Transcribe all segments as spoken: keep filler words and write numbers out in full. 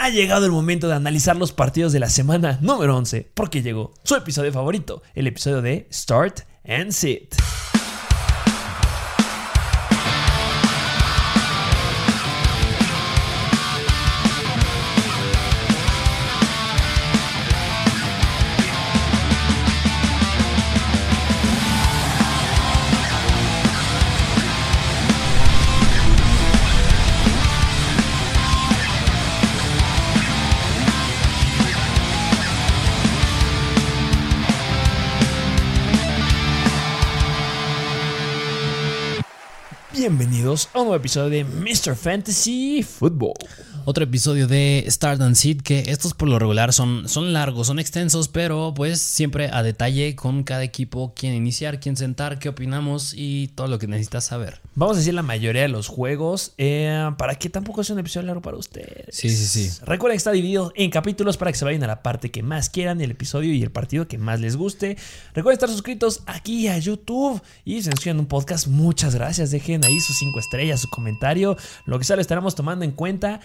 Ha llegado el momento de analizar los partidos de la semana número once, porque llegó su episodio favorito, el episodio de Start and Sit. Bienvenidos a un nuevo episodio de mister Fantasy Football. Otro episodio de Start and Sit, que estos por lo regular son, son largos, son extensos, pero pues siempre a detalle con cada equipo, quién iniciar, quién sentar, qué opinamos y todo lo que necesitas saber. Vamos a decir la mayoría de los juegos eh, para que tampoco sea un episodio largo para ustedes. Sí, sí, sí. Recuerden que está dividido en capítulos para que se vayan a la parte que más quieran, el episodio y el partido que más les guste. Recuerden estar suscritos aquí a YouTube y si se suscriben a un podcast, muchas gracias. Dejen ahí sus cinco estrellas, su comentario, lo que sea lo estaremos tomando en cuenta.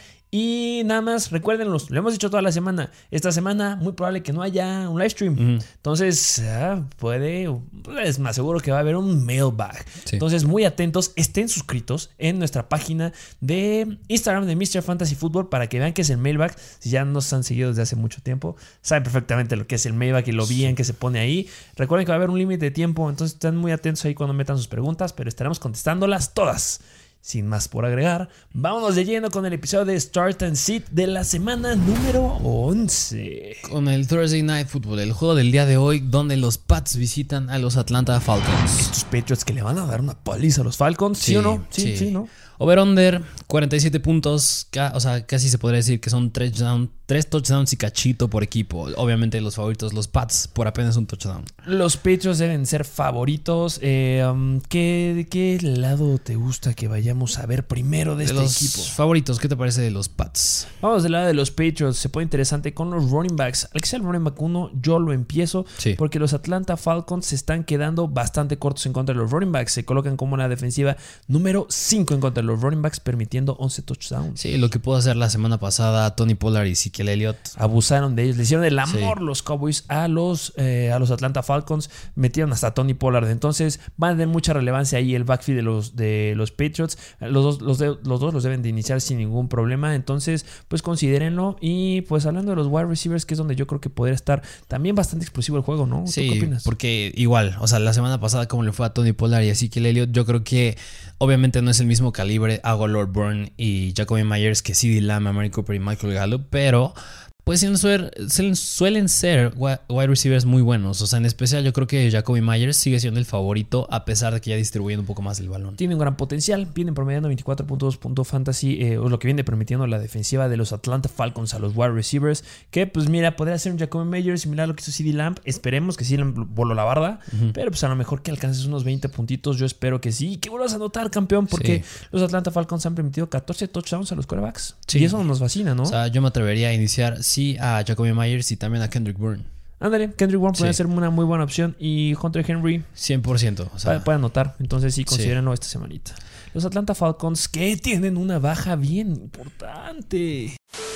Y nada más, recuérdenlos, lo hemos dicho toda la semana. Esta semana muy probable que no haya un live stream. Uh-huh. Entonces, ah, puede, es más seguro que va a haber un mailbag. Sí. Entonces, muy atentos, estén suscritos en nuestra página de Instagram de mister Fantasy Football para que vean qué es el mailbag. Si ya nos han seguido desde hace mucho tiempo, saben perfectamente lo que es el mailbag y lo bien que se pone ahí. Recuerden que va a haber un límite de tiempo, entonces estén muy atentos ahí cuando metan sus preguntas, pero estaremos contestándolas todas. Sin más por agregar, vámonos de lleno con el episodio de Start and Sit de la semana número once. Con el Thursday Night Football, el juego del día de hoy, donde los Pats visitan a los Atlanta Falcons. Estos Patriots que le van a dar una paliza a los Falcons, ¿sí, ¿sí o no? Sí, sí, sí, ¿no? Over-under, cuarenta y siete puntos, o sea, casi se podría decir que son tres, down, tres touchdowns y cachito por equipo. Obviamente los favoritos, los Pats, por apenas un touchdown. Los Patriots deben ser favoritos. Eh, um, ¿qué, ¿De qué lado te gusta que vayamos a ver primero de, de este los equipo? Favoritos, ¿qué te parece de los Pats? Vamos del lado de los Patriots, se pone interesante con los running backs. Al que sea el running back uno, yo lo empiezo, sí, porque los Atlanta Falcons se están quedando bastante cortos en contra de los running backs. Se colocan como la defensiva número cinco en contra de los running backs, permitiendo once touchdowns. Sí, lo que pudo hacer la semana pasada Tony Pollard y Ezekiel Elliott. Abusaron de ellos, le hicieron el amor sí. los Cowboys a los, eh, a los Atlanta Falcons, metieron hasta Tony Pollard. Entonces van a tener mucha relevancia ahí el backfield de los, de los Patriots. Los dos los, de, los dos los deben de iniciar sin ningún problema. Entonces, pues considérenlo. Y pues hablando de los wide receivers, que es donde yo creo que podría estar también bastante explosivo el juego, ¿no? Sí, ¿tú qué opinas? Porque igual, o sea, la semana pasada como le fue a Tony Pollard y a Ezekiel Elliott, yo creo que obviamente no es el mismo calibre a Lord Bourne y Jacoby Myers que CeeDee Lamb, Amari Cooper y Michael Gallup, pero pues suelen ser wide receivers muy buenos. O sea, en especial yo creo que Jacoby Myers sigue siendo el favorito a pesar de que ya distribuyen un poco más el balón. Tiene un gran potencial, vienen promediando veinticuatro punto dos puntos fantasy, eh, o lo que viene permitiendo la defensiva de los Atlanta Falcons a los wide receivers, que pues mira, podría ser un Jacoby Myers similar a lo que hizo CeeDee Lamb. Esperemos que sí le voló la barda, uh-huh. pero pues a lo mejor que alcances unos veinte puntitos, yo espero que sí, que vuelvas a anotar, campeón, porque sí. los Atlanta Falcons han permitido catorce touchdowns a los quarterbacks, sí. y eso nos fascina, ¿no? O sea, yo me atrevería a iniciar sí a Jacoby Myers y también a Kendrick Bourne. Ándale, Kendrick Bourne sí. puede ser una muy buena opción y Hunter Henry cien por ciento, o sea, puede, puede anotar, entonces sí, considérenlo sí. esta semanita. Los Atlanta Falcons que tienen una baja bien importante.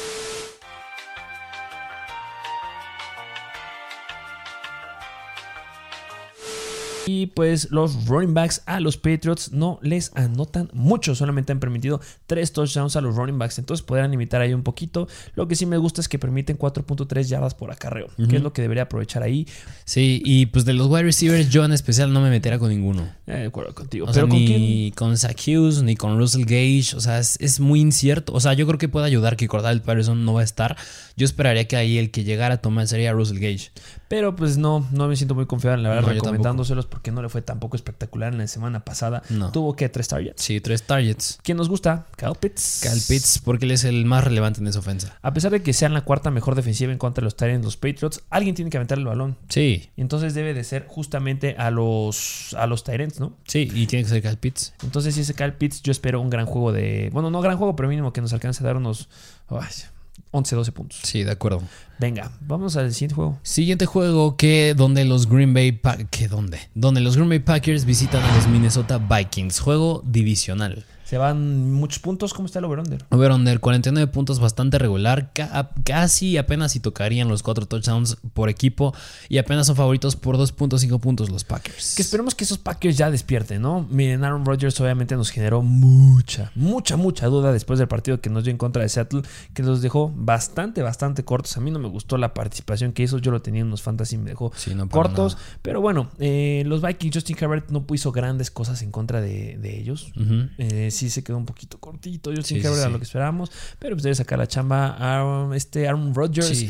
Y pues los running backs a los Patriots no les anotan mucho, solamente han permitido tres touchdowns a los running backs, entonces podrán limitar ahí un poquito. Lo que sí me gusta es que permiten cuatro punto tres yardas por acarreo, uh-huh. que es lo que debería aprovechar ahí. Sí, y pues de los wide receivers yo en especial no me metería con ninguno. Eh, de acuerdo contigo. O ¿Pero sea, con ni quién? Con Zach Hughes, ni con Russell Gage, o sea, es, es muy incierto. O sea, yo creo que puede ayudar que Cordell Patterson no va a estar. Yo esperaría que ahí el que llegara a tomar sería Russell Gage. Pero pues no, no me siento muy confiado en la verdad no, recomendándoselos porque no le fue tampoco espectacular en la semana pasada. No. Tuvo que tres targets. Sí, tres targets. ¿Quién nos gusta? Kyle Pitts. Kyle Pitts, porque él es el más relevante en esa ofensa. A pesar de que sean la cuarta mejor defensiva en contra de los Titans, los Patriots, alguien tiene que aventar el balón. Sí. Y entonces debe de ser justamente a los a los Titans, ¿no? Sí, y tiene que ser Kyle Pitts. Entonces, si ese Kyle Pitts, yo espero un gran juego de... Bueno, no gran juego, pero mínimo que nos alcance a dar unos... Oh, once, doce puntos. Sí, de acuerdo. Venga, vamos al siguiente juego. Siguiente juego que donde los Green Bay pa- ¿Qué dónde? Donde los Green Bay Packers visitan a los Minnesota Vikings. Juego divisional. Se van muchos puntos. ¿Cómo está el over-under? Over-under, cuarenta y nueve puntos, bastante regular. Ca- casi apenas si tocarían los cuatro touchdowns por equipo. Y apenas son favoritos por dos punto cinco puntos los Packers. Que esperemos que esos Packers ya despierten, ¿no? Miren, Aaron Rodgers obviamente nos generó mucha, mucha, mucha duda después del partido que nos dio en contra de Seattle, que los dejó bastante, bastante cortos. A mí no me gustó la participación que hizo. Yo lo tenía en unos fantasy y me dejó Sí, no, para cortos. nada. Pero bueno, eh, los Vikings, Justin Herbert no hizo grandes cosas en contra de, de ellos. Ujú. Eh, sí se quedó un poquito cortito Justin Sí, sí, Herbert a sí. lo que esperábamos, pero pues debe sacar la chamba a Aaron, este Aaron Rodgers. Sí.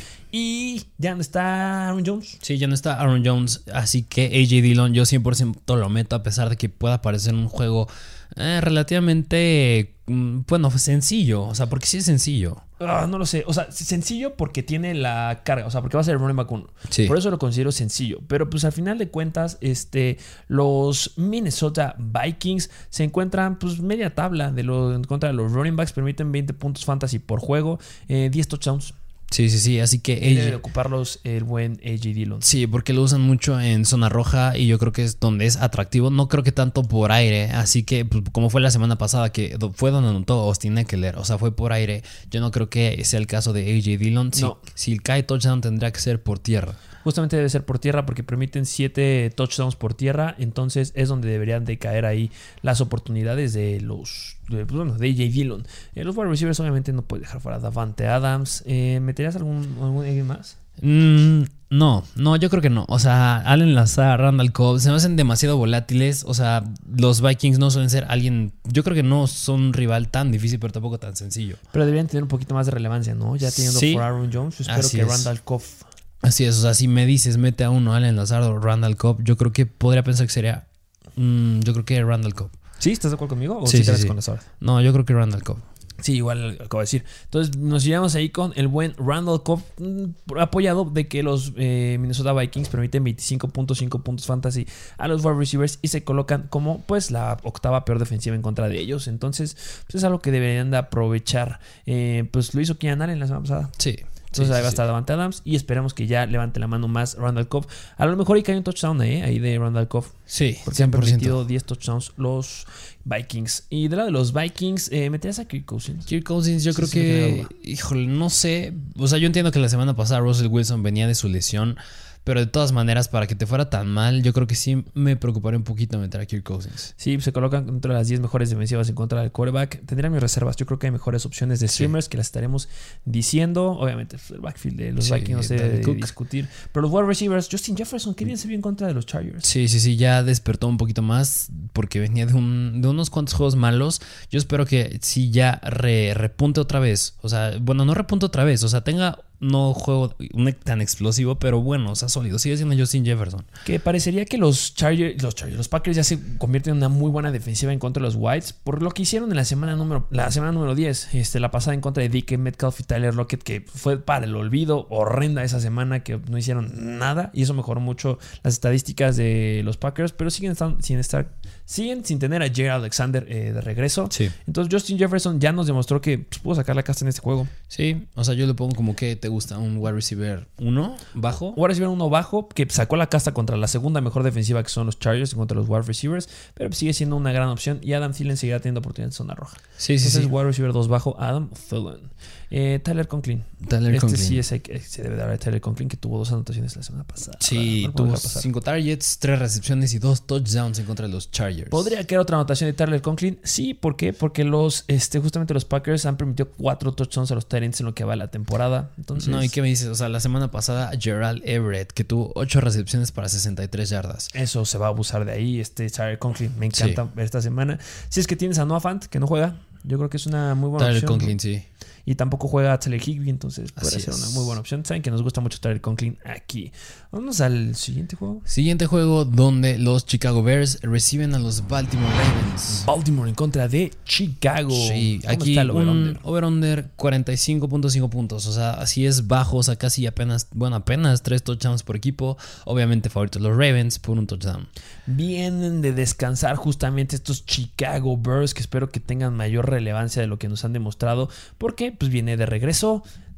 Y ya no está Aaron Jones. Sí, ya no está Aaron Jones, así que A J Dillon yo cien por ciento lo meto, a pesar de que pueda parecer un juego eh, relativamente, mm, bueno, sencillo, o sea, porque sí es sencillo. Ah, no lo sé, o sea, sencillo porque tiene la carga, o sea, porque va a ser el running back uno. Sí. Por eso lo considero sencillo, pero pues al final de cuentas, este, los Minnesota Vikings se encuentran pues media tabla de lo, en contra de los running backs, permiten veinte puntos fantasy por juego, eh, diez touchdowns. Sí, sí, sí, así que Debe de A J, ocuparlos el buen A J Dillon. sí, porque lo usan mucho en zona roja y yo creo que es donde es atractivo. No creo que tanto por aire, así que pues, como fue la semana pasada que do- fue donde anotó Austin Eckler, o sea, fue por aire. Yo no creo que sea el caso de A J Dillon. Si, No. si cae touchdown tendría que ser por tierra. Justamente debe ser por tierra porque permiten siete touchdowns por tierra. Entonces es donde deberían de caer ahí las oportunidades de los de, pues, bueno, de A J Dillon. Eh, los wide receivers obviamente no puede dejar fuera a Davante Adams. Eh, ¿Meterías algún, algún alguien más? Mm, no, no, yo creo que no. O sea, Allen Lazar, Randall Cobb, se me hacen demasiado volátiles. O sea, los Vikings no suelen ser alguien. Yo creo que no son un rival tan difícil, pero tampoco tan sencillo. Pero deberían tener un poquito más de relevancia, ¿no? Ya teniendo Sí. por Aaron Jones. Yo espero Así que es. Randall Cobb. Así es, o sea, si me dices mete a uno, Allen Lazard o Randall Cobb, yo creo que podría pensar que sería. mm, yo creo que Randall Cobb. ¿Sí? ¿Estás de acuerdo conmigo? ¿O Sí, sí, sí, te vas sí. con las horas? No, yo creo que Randall Cobb. Sí, igual acabo de decir. Entonces nos llevamos ahí con el buen Randall Cobb, mm, apoyado de que los eh, Minnesota Vikings permiten veinticinco punto cinco puntos fantasy a los wide receivers y se colocan como pues la octava peor defensiva en contra de ellos. Entonces pues, es algo que deberían de aprovechar. Eh, pues lo hizo Keenan Allen la semana pasada. Sí. Entonces sí, ahí sí, va a sí. estar Davante Adams y esperamos que ya levante la mano más Randall Cobb. A lo mejor ahí cae un touchdown eh, ahí de Randall Cobb. Sí, Porque han cien por ciento. permitido diez touchdowns los Vikings. Y del lado de los Vikings, eh, meterías a Kirk Cousins. Kirk Cousins, yo Sí, creo sí me que, queda duda. híjole, no sé. O sea, yo entiendo que la semana pasada Russell Wilson venía de su lesión, pero de todas maneras, para que te fuera tan mal, yo creo que sí me preocuparía un poquito meter a Kirk Cousins. Sí, se colocan entre las diez mejores defensivas en contra del quarterback. Tendría mis reservas. Yo creo que hay mejores opciones de streamers que las estaremos diciendo. Obviamente, pues, el backfield de los Sí, Vikings no se Dalvin debe Cook. discutir. Pero los wide receivers, Justin Jefferson, que bien se vio en contra de los Chargers. Sí, sí, sí, ya despertó un poquito más porque venía de, un, de unos cuantos juegos malos. Yo espero que sí ya re- repunte otra vez. O sea, bueno, no repunte otra vez. O sea, tenga no juego un- tan explosivo, pero bueno, o sea, sólido. Sigue siendo Justin Jefferson. Que parecería que los Chargers, los Chargers, los Packers ya se convierten en una muy buena defensiva en contra de los Whites por lo que hicieron en la semana número, la semana número diez, este, la pasada en contra de D K Metcalf y Tyler Lockett, que fue para el olvido, horrenda esa semana, que no hicieron nada y eso mejoró mucho las estadísticas de los Packers, pero siguen estar, sin estar, siguen sin tener a Jair Alexander eh, de regreso. Sí. Entonces Justin Jefferson ya nos demostró que pues, pudo sacar la casta en este juego. Sí, o sea, yo le pongo como que te gusta un wide receiver uno bajo. Ahora recibieron uno bajo que sacó la casta contra la segunda mejor defensiva que son los Chargers en contra de los wide receivers, pero sigue siendo una gran opción y Adam Thielen seguirá teniendo oportunidad en zona roja. Sí, sí, Entonces, sí. wide receiver dos bajo, Adam Thielen. Eh, Tyler Conklin. Tyler este Conklin. sí es, eh, se debe dar a Tyler Conklin, que tuvo dos anotaciones la semana pasada. Sí, No lo podemos tuvo dejar pasar. cinco targets, tres recepciones y dos touchdowns en contra de los Chargers. ¿Podría quedar otra anotación de Tyler Conklin? Sí, ¿por qué? Porque los, este, justamente los Packers han permitido cuatro touchdowns a los Titans en lo que va la temporada. Entonces, No, ¿y qué me dices? O sea, la semana pasada Gerald Everett, que tuvo ocho recepciones para sesenta y tres yardas. eso se va a abusar de ahí. Este Tyler Conklin me encanta ver esta semana. Si es que tienes a Noah Fant, que no juega, yo creo que es una muy buena Tyler opción. Conklin, ¿no? sí. Y tampoco juega Tyler Higbee, entonces podría Así ser una es. muy buena opción. Saben que nos gusta mucho Tyler Conklin aquí. Vamos al siguiente juego. Siguiente juego donde los Chicago Bears reciben a los Baltimore Ravens. Baltimore en contra de Chicago. Sí, ¿Cómo aquí está el un over-under? over-under cuarenta y cinco punto cinco puntos. O sea, así es bajo, o sea, casi apenas, bueno, apenas tres touchdowns por equipo. Obviamente favoritos los Ravens por un touchdown. Vienen de descansar justamente estos Chicago Bears, que espero que tengan mayor relevancia de lo que nos han demostrado, porque pues viene de regreso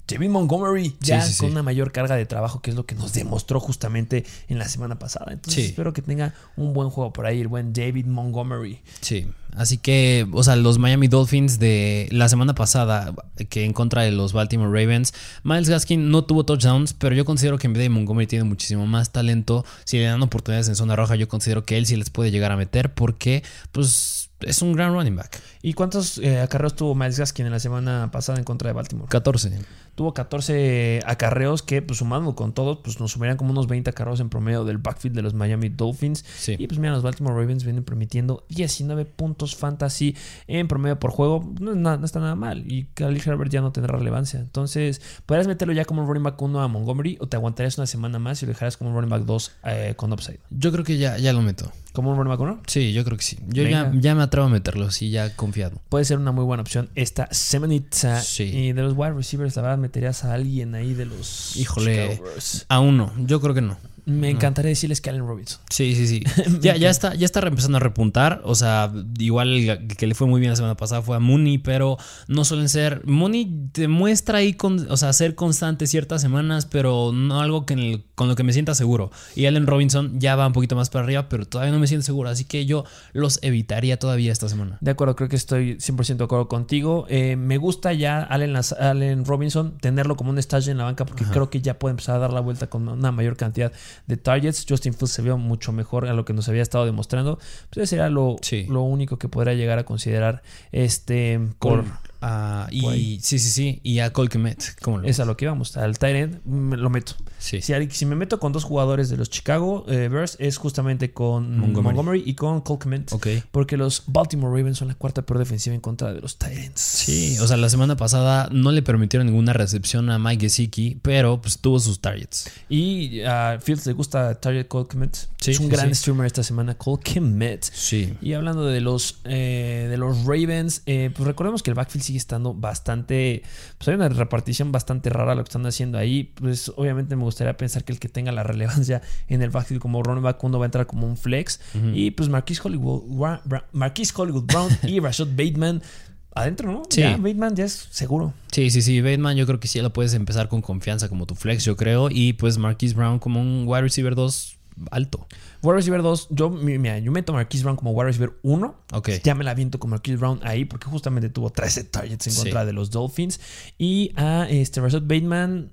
David Montgomery ya sí, sí, con sí. una mayor carga de trabajo, que es lo que nos demostró justamente en la semana pasada. Entonces Sí. espero que tenga un buen juego por ahí, el buen David Montgomery. Sí, así que, o sea, los Miami Dolphins de la semana pasada, que en contra de los Baltimore Ravens, Myles Gaskin no tuvo touchdowns, pero yo considero que en vez de Montgomery tiene muchísimo más talento. Si le dan oportunidades en zona roja, yo considero que él sí les puede llegar a meter porque, pues, es un gran running back. ¿Y cuántos eh, acarreos tuvo Myles Gaskin en la semana pasada en contra de Baltimore? catorce. Tuvo catorce acarreos que, pues sumando con todos, pues nos sumarían como unos veinte acarreos en promedio del backfield de los Miami Dolphins. Sí. Y pues mira, los Baltimore Ravens vienen permitiendo diecinueve puntos fantasy en promedio por juego. No, es nada, no está nada mal. Y Khalil Herbert ya no tendrá relevancia. Entonces, ¿podrías meterlo ya como un running back uno a Montgomery o te aguantarías una semana más y lo dejaras como un running back dos eh, con upside? Yo creo que ya, ya lo meto. ¿Como un running back uno? Sí, yo creo que sí. Yo ya, ya me atrevo a meterlo, sí, ya confiado. Puede ser una muy buena opción esta semanita. Sí. Y de los wide receivers, la verdad, meterías a alguien ahí de los Híjole, Chicago Bears. a uno, yo creo que no. Me No. encantaría decirles que Allen Robinson. Sí, sí, sí. ya, ya está, ya está empezando a repuntar. O sea, igual el que le fue muy bien la semana pasada fue a Mooney, pero no suelen ser. Mooney te muestra ahí, con, o sea, ser constante ciertas semanas, pero no algo que en el, con lo que me sienta seguro. Y Allen Robinson ya va un poquito más para arriba, pero todavía no me siento seguro. Así que yo los evitaría todavía esta semana. De acuerdo, creo que estoy cien por ciento de acuerdo contigo. Eh, me gusta ya Allen, Allen Robinson tenerlo como un stash en la banca porque Ajá. creo que ya puede empezar a dar la vuelta con una mayor cantidad de targets. Justin Fields se vio mucho mejor a lo que nos había estado demostrando. Pues ese sería lo, sí. lo único que podría llegar a considerar este por... Uh, y sí, sí, sí. Y a Cole Kmet. ¿Cómo lo es a lo que vamos. Al tight end lo meto. Sí. Si, si me meto con dos jugadores de los Chicago eh, Bears, es justamente con Montgomery, Montgomery y con Cole Kmet. Okay. Porque los Baltimore Ravens son la cuarta peor defensiva en contra de los tight ends. Sí, o sea, la semana pasada no le permitieron ninguna recepción a Mike Gesicki, pero pues tuvo sus targets. Y a uh, Fields le gusta target Cole Kmet. Sí, es un sí, gran sí. streamer esta semana, Cole Kmet. Sí. Y hablando de los, eh, de los Ravens, eh, pues recordemos que el backfield sigue estando bastante, pues hay una repartición bastante rara lo que están haciendo ahí. Pues obviamente me gustaría pensar que el que tenga la relevancia en el backfield como running back uno va a entrar como un flex. Uh-huh. Y pues Marquise Hollywood, Marquise Hollywood Brown y Rashad Bateman adentro, ¿no? Sí. Ya, Bateman ya es seguro. Sí, sí, sí. Bateman yo creo que sí lo puedes empezar con confianza como tu flex, yo creo. Y pues Marquise Brown como un wide receiver dos alto. Wide receiver dos, yo, mira, yo meto a Marquise Brown como wide receiver uno. Okay. Ya me la aviento con Marquise Brown ahí porque justamente tuvo trece targets en sí. contra de los Dolphins. Y a este Rashad Bateman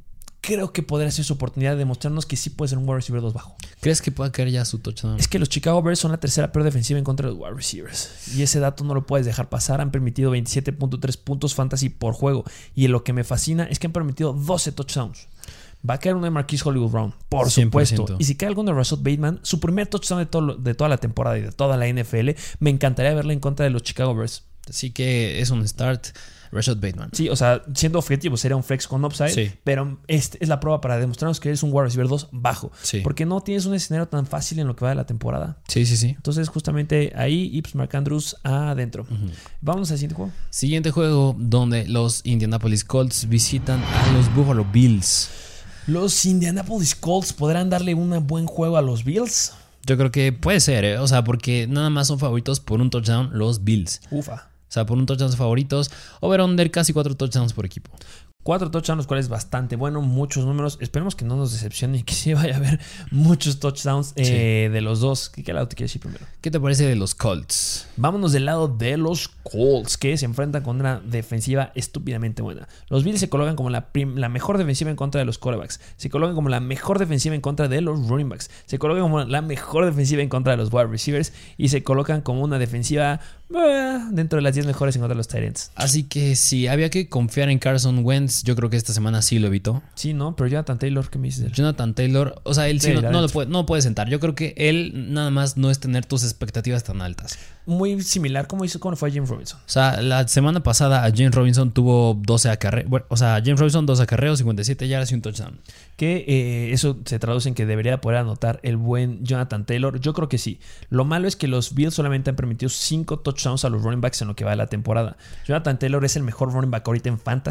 creo que podría ser su oportunidad de demostrarnos que sí puede ser un wide receiver dos bajo. ¿Crees que pueda caer ya su touchdown? Es que los Chicago Bears son la tercera peor defensiva en contra de los wide receivers. Y ese dato no lo puedes dejar pasar. Han permitido veintisiete punto tres puntos fantasy por juego. Y lo que me fascina es que han permitido doce touchdowns. Va a caer uno de Marquise Hollywood Brown, por cien por ciento. supuesto. Y si cae alguno de Rashad Bateman, su primer touchdown de, todo, de toda la temporada y de toda la N F L, me encantaría verlo en contra de los Chicago Bears. Así que es un start Rashad Bateman. Sí, o sea, siendo objetivo sería un flex con upside, sí. pero este es la prueba para demostrarnos que eres un wide receiver dos bajo. Sí. Porque no tienes un escenario tan fácil en lo que va de la temporada. Sí, sí, sí. Entonces, justamente ahí, y pues Mark Andrews adentro. Uh-huh. Vamos al siguiente juego. Siguiente juego donde los Indianapolis Colts visitan a los Buffalo Bills. ¿Los Indianapolis Colts podrán darle un buen juego a los Bills? Yo creo que puede ser, ¿eh? O sea, porque nada más son favoritos por un touchdown los Bills. Ufa. O sea, por un touchdown favoritos. Over-under casi cuatro touchdowns por equipo. Cuatro touchdowns, los cuales bastante bueno, muchos números. Esperemos que no nos decepcione y que sí vaya a haber muchos touchdowns eh, sí. de los dos. ¿Qué, ¿Qué lado te quieres ir primero? ¿Qué te parece de los Colts? Vámonos del lado de los Colts, que se enfrentan con una defensiva estúpidamente buena. Los Bills se colocan como la, prim- la mejor defensiva en contra de los quarterbacks. Se colocan como la mejor defensiva en contra de los running backs. Se colocan como la mejor defensiva en contra de los wide receivers. Y se colocan como una defensiva eh, dentro de las diez mejores en contra de los tight ends. Así que si había que confiar en Carson Wentz, yo creo que esta semana sí lo evitó. Sí, ¿no? Pero Jonathan Taylor, ¿qué me dices de él? Jonathan Taylor, o sea, él sí, sí no, no, lo puede, no puede sentar. Yo creo que él nada más no es tener tus expectativas tan altas. Muy similar como hizo cuando fue a James Robinson. O sea, la semana pasada a James Robinson tuvo doce acarreos. Bueno, o sea, James Robinson doce acarreos, cincuenta y siete yardas y un touchdown. Que eh, eso se traduce en que debería poder anotar el buen Jonathan Taylor. Yo creo que sí. Lo malo es que los Bills solamente han permitido cinco touchdowns a los running backs en lo que va de la temporada. Jonathan Taylor es el mejor running back ahorita en fantasy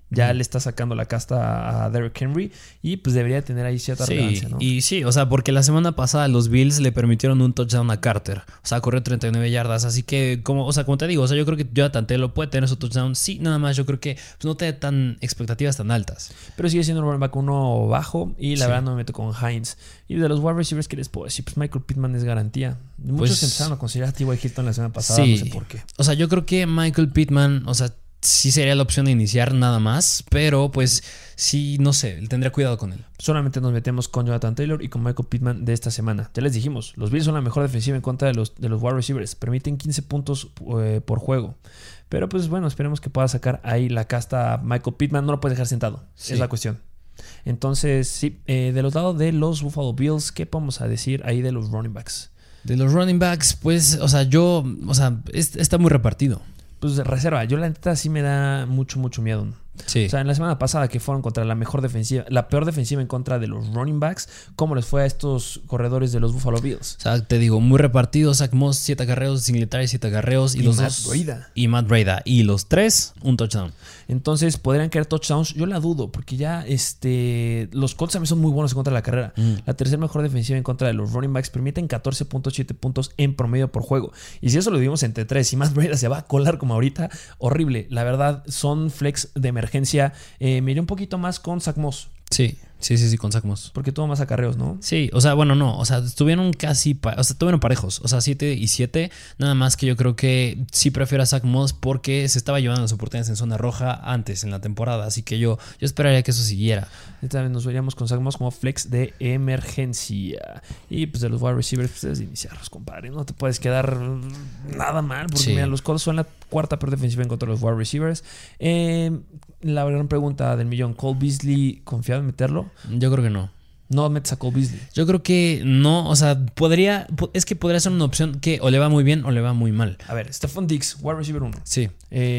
Ya Mm. le está sacando la casta a Derrick Henry y pues debería tener ahí cierta Sí, relevancia, ¿no? y sí, o sea, porque la semana pasada los Bills le permitieron un touchdown a Carter. O sea, corrió treinta y nueve yardas. Así que, como, o sea, como te digo, o sea, yo creo que Jonathan Taylor puede tener su touchdown. Sí, nada más, yo creo que pues, no te da tan expectativas tan altas. Pero sigue siendo un running back uno bajo y la Sí. verdad no me meto con Hines. Y de los wide receivers, ¿qué les puedo decir? Pues Michael Pittman es garantía. Muchos Pues, empezaron a considerar a T Y Hilton la semana pasada, sí. no sé por qué. O sea, yo creo que Michael Pittman, o sea, sí sería la opción de iniciar nada más, pero pues sí, no sé, tendría cuidado con él. Solamente nos metemos con Jonathan Taylor y con Michael Pittman de esta semana. Ya les dijimos, los Bills son la mejor defensiva en contra de los, de los wide receivers. Permiten quince puntos eh, por juego. Pero pues bueno, esperemos que pueda sacar ahí la casta a Michael Pittman. No lo puedes dejar sentado, Sí. es la cuestión. Entonces, sí, eh, de los lados de los Buffalo Bills, ¿qué podemos a decir ahí de los running backs? De los running backs, pues, o sea, yo, o sea, es- está muy repartido. Pues reserva, yo la neta sí me da mucho, mucho miedo. Sí. O sea, en la semana pasada que fueron contra la mejor defensiva, la peor defensiva en contra de los running backs, ¿cómo les fue a estos corredores de los Buffalo Bills? O sea, te digo, muy repartido. Zach Moss, siete acarreos, Singletary, siete acarreos. Y, Y los Matt dos. Breida. Y Matt Breida. Y los tres, un touchdown. Entonces, ¿podrían caer touchdowns? Yo la dudo, porque ya este, los Colts también son muy buenos en contra de la carrera. Mm. La tercera mejor defensiva en contra de los running backs permiten catorce punto siete puntos en promedio por juego. Y si eso lo dividimos entre tres y Matt Breida se va a colar como ahorita, horrible. La verdad, son flex de emergencia. Eh, me iré un poquito más con Zach Moss, Sí, sí, sí, sí, con Zach Moss. porque tuvo más acarreos, ¿no? Sí, o sea, bueno, no, o sea, estuvieron casi, pa- o sea, estuvieron parejos, o sea, siete y siete, nada más que yo creo que sí prefiero a Zach Moss porque se estaba llevando las oportunidades en zona roja antes en la temporada, así que yo, yo esperaría que eso siguiera. Esta vez nos veríamos con Zach Moss como flex de emergencia. Y pues de los wide receivers, pues debes de iniciarlos, compadre. No te puedes quedar nada mal, porque Sí. mira, los Colts son la cuarta peor defensiva en contra de los wide receivers. Eh, la gran pregunta del millón, ¿Cole Beasley confiado en meterlo? Yo creo que no. No metes a Cole Beasley. Yo creo que no, o sea, podría, po- es que podría ser una opción que o le va muy bien o le va muy mal. A ver, Stephon Diggs, wide receiver uno. Sí.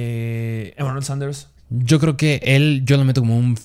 Eh, Emmanuel Sanders. Yo creo que él, yo lo meto como un,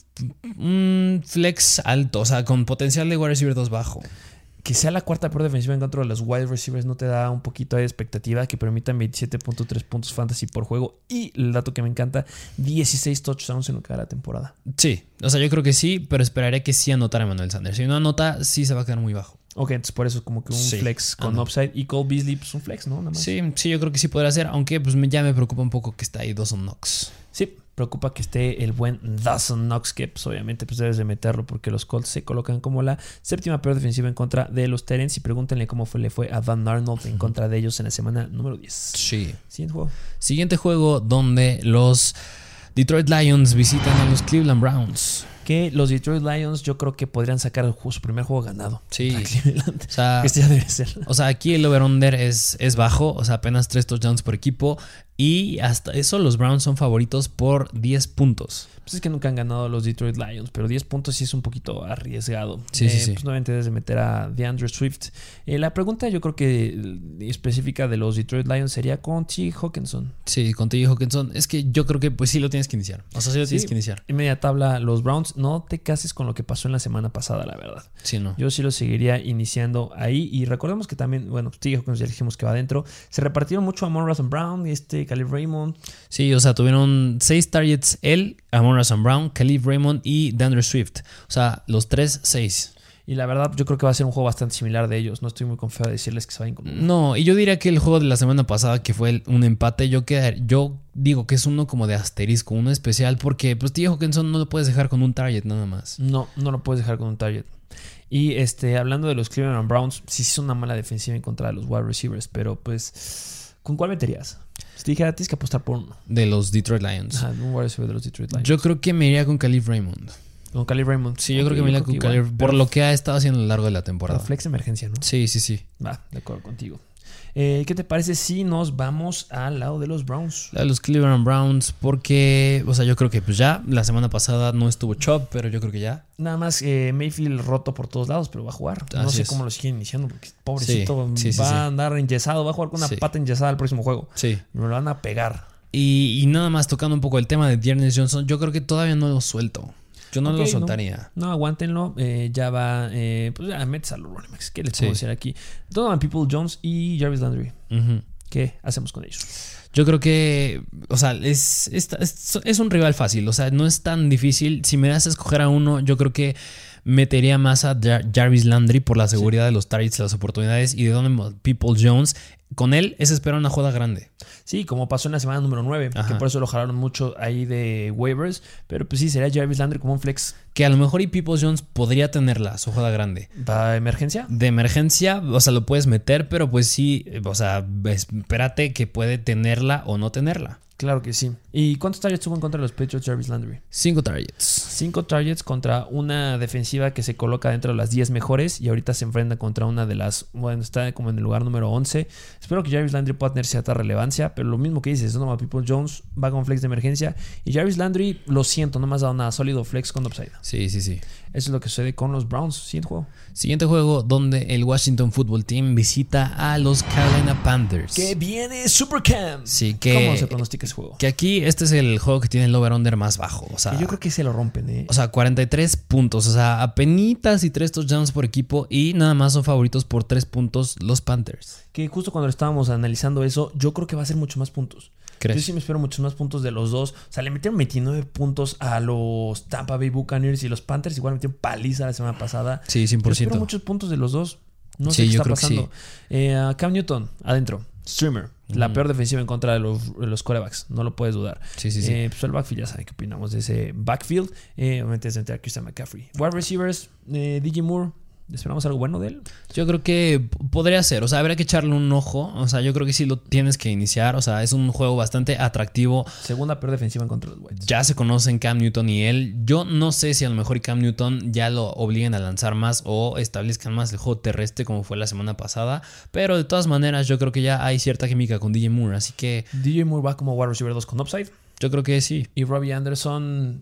un flex alto, o sea, con potencial de wide receiver dos bajo. Que sea la cuarta peor defensiva en contra de los wide receivers no te da un poquito de expectativa, que permitan veintisiete punto tres puntos fantasy por juego. Y el dato que me encanta, dieciséis touchdowns en lo que va la temporada. Sí, o sea, yo creo que sí, pero esperaría que sí anotara Emmanuel Sanders. Si no anota, sí se va a quedar muy bajo. Ok, entonces por eso es como que un Sí. flex con Ajá. upside. Y Cole Beasley, pues un flex, ¿no? Nada más. Sí, sí, yo creo que sí podrá ser, aunque pues me- ya me preocupa un poco que está ahí Dawson Knox. Sí, preocupa que esté el buen Dawson Knox, que pues, obviamente pues debes de meterlo porque los Colts se colocan como la séptima peor defensiva en contra de los Terrence. Y pregúntenle cómo fue, le fue a Dan Arnold en contra de ellos en la semana número diez. Sí. Siguiente juego. Siguiente juego donde los Detroit Lions visitan a los Cleveland Browns. Que los Detroit Lions yo creo que podrían sacar el juego- su primer juego ganado. Sí. contra Cleveland. O sea, Que este ya debe ser. o sea, aquí el over-under es, es bajo, o sea, apenas tres touchdowns por equipo. Y hasta eso los Browns son favoritos por diez puntos. Pues es que nunca han ganado los Detroit Lions, pero diez puntos sí es un poquito arriesgado. Sí, sí, sí. Pues nuevamente debes de meter a DeAndre Swift. Eh, la pregunta yo creo que eh, específica de los Detroit Lions sería con T. Hawkinson. Sí, con T J Hawkinson. Es que yo creo que pues sí lo tienes que iniciar. O sea, sí lo Sí. tienes que iniciar. En media tabla, los Browns, no te cases con lo que pasó en la semana pasada, la verdad. Sí, no. Yo sí lo seguiría iniciando ahí. Y recordemos que también, bueno, T. Hawkinson ya dijimos que va adentro. Se repartieron mucho a Amon Ra Brown y este Caleb Raymond. Sí, o sea, tuvieron seis targets él, Amon-Ra Saint Brown, Khalif Raymond y DeAndre Swift. O sea, los tres, seis. Y la verdad, yo creo que va a ser un juego bastante similar de ellos. No estoy muy confiado de decirles que se vayan con uno. No, y yo diría que el juego de la semana pasada, que fue el- un empate, yo, quedar, yo digo que es uno como de asterisco, uno especial, porque pues T J Hawkinson no lo puedes dejar con un target nada más. No, no lo puedes dejar con un target. Y este, hablando de los Cleveland Browns, sí es una mala defensiva en contra de los wide receivers, pero pues, ¿con cuál meterías? Si te dijera, tienes que apostar por uno. De los Detroit Lions. Ajá, un wide receiver de los Detroit Lions. Yo creo que me iría con Khalif Raymond. Con Caleb Raymond. Sí, yo Ok, creo que me iría con igual, Khalif, por pero- lo que ha estado haciendo a lo largo de la temporada. pero flex de emergencia, ¿no? Sí, sí, sí. Va, de acuerdo contigo. Eh, ¿Qué te parece si nos vamos al lado de los Browns? La de los Cleveland Browns, porque, o sea, yo creo que pues ya, la semana pasada no estuvo Chop, pero yo creo que ya. Nada más eh, Mayfield roto por todos lados, pero va a jugar. No Así sé es. cómo lo siguen iniciando, porque pobrecito Sí, sí, sí, va sí. a andar enyesado, va a jugar con una Sí. pata enyesada el próximo juego. Sí. Me lo van a pegar. Y, y nada más tocando un poco el tema de Dearness Johnson, yo creo que todavía no lo suelto. Yo no Ok, lo soltaría. No, aguántenlo. Eh, ya va. Eh, pues ya metes a los running backs. ¿Qué les Sí. puedo decir aquí? Donovan People Jones y Jarvis Landry. Ujú. ¿Qué hacemos con ellos? Yo creo que, o sea, es, es, es, es un rival fácil, o sea, no es tan difícil. Si me das a escoger a uno, yo creo que metería más a Jar- Jarvis Landry por la seguridad sí. de los targets, las oportunidades, y de Donovan Peoples-Jones. Con él es esperar una jugada grande. Sí, como pasó en la semana número nueve, Ajá. que por eso lo jalaron mucho ahí de waivers. Pero pues sí, sería Jarvis Landry como un flex. Que a lo mejor y Peoples-Jones podría tenerla, su jugada grande. ¿Para emergencia? De emergencia, o sea, lo puedes meter, pero pues sí, o sea, espérate que puede tenerla o no tenerla. Claro que sí. ¿Y cuántos targets tuvo en contra de los Patriots Jarvis Landry? Cinco targets. Cinco targets contra una defensiva que se coloca dentro de las diez mejores y ahorita se enfrenta contra una de las... Bueno, está como en el lugar número once. Espero que Jarvis Landry pueda tener cierta relevancia, pero lo mismo que dices, Donovan Peoples-Jones va con flex de emergencia y Jarvis Landry, lo siento, no me has dado nada sólido, flex con upside. Sí, sí, sí. Eso es lo que sucede con los Browns. Siguiente juego. Siguiente juego donde el Washington Football Team visita a los Carolina Panthers. Que viene Supercam. Sí, que... ¿Cómo se pronostica ese juego? Que aquí este es el juego que tiene el over-under más bajo. O sea, que yo creo que se lo rompen, ¿eh? O sea, cuarenta y tres puntos. O sea, apenitas y tres touchdowns por equipo. Y nada más son favoritos por tres puntos los Panthers. Que justo cuando estábamos analizando eso, yo creo que va a ser mucho más puntos. ¿Crees? Yo sí me espero muchos más puntos de los dos. O sea, le metieron veintinueve puntos a los Tampa Bay Buccaneers y los Panthers igual metieron paliza la semana pasada. Sí, cien por ciento. Yo espero muchos puntos de los dos. No sé sí, qué yo está creo pasando. Que sí. eh, Cam Newton, adentro. Streamer. Mm. La peor defensiva en contra de los, de los quarterbacks. No lo puedes dudar. Sí, sí, sí. Eh, pues el backfield, ya saben qué opinamos de ese backfield. Eh, obviamente es entre a Christian McCaffrey. Wide receivers, eh, D J Moore. ¿Esperamos algo bueno de él? Yo creo que podría ser. O sea, habría que echarle un ojo. O sea, yo creo que sí lo tienes que iniciar. O sea, es un juego bastante atractivo. Segunda peor defensiva en contra de los Whites. Ya se conocen Cam Newton y él. Yo no sé si a lo mejor Cam Newton ya lo obliguen a lanzar más o establezcan más el juego terrestre como fue la semana pasada. Pero de todas maneras, yo creo que ya hay cierta química con D J Moore. Así que... D J Moore va como wide receiver dos con upside. Yo creo que sí. Y Robbie Anderson,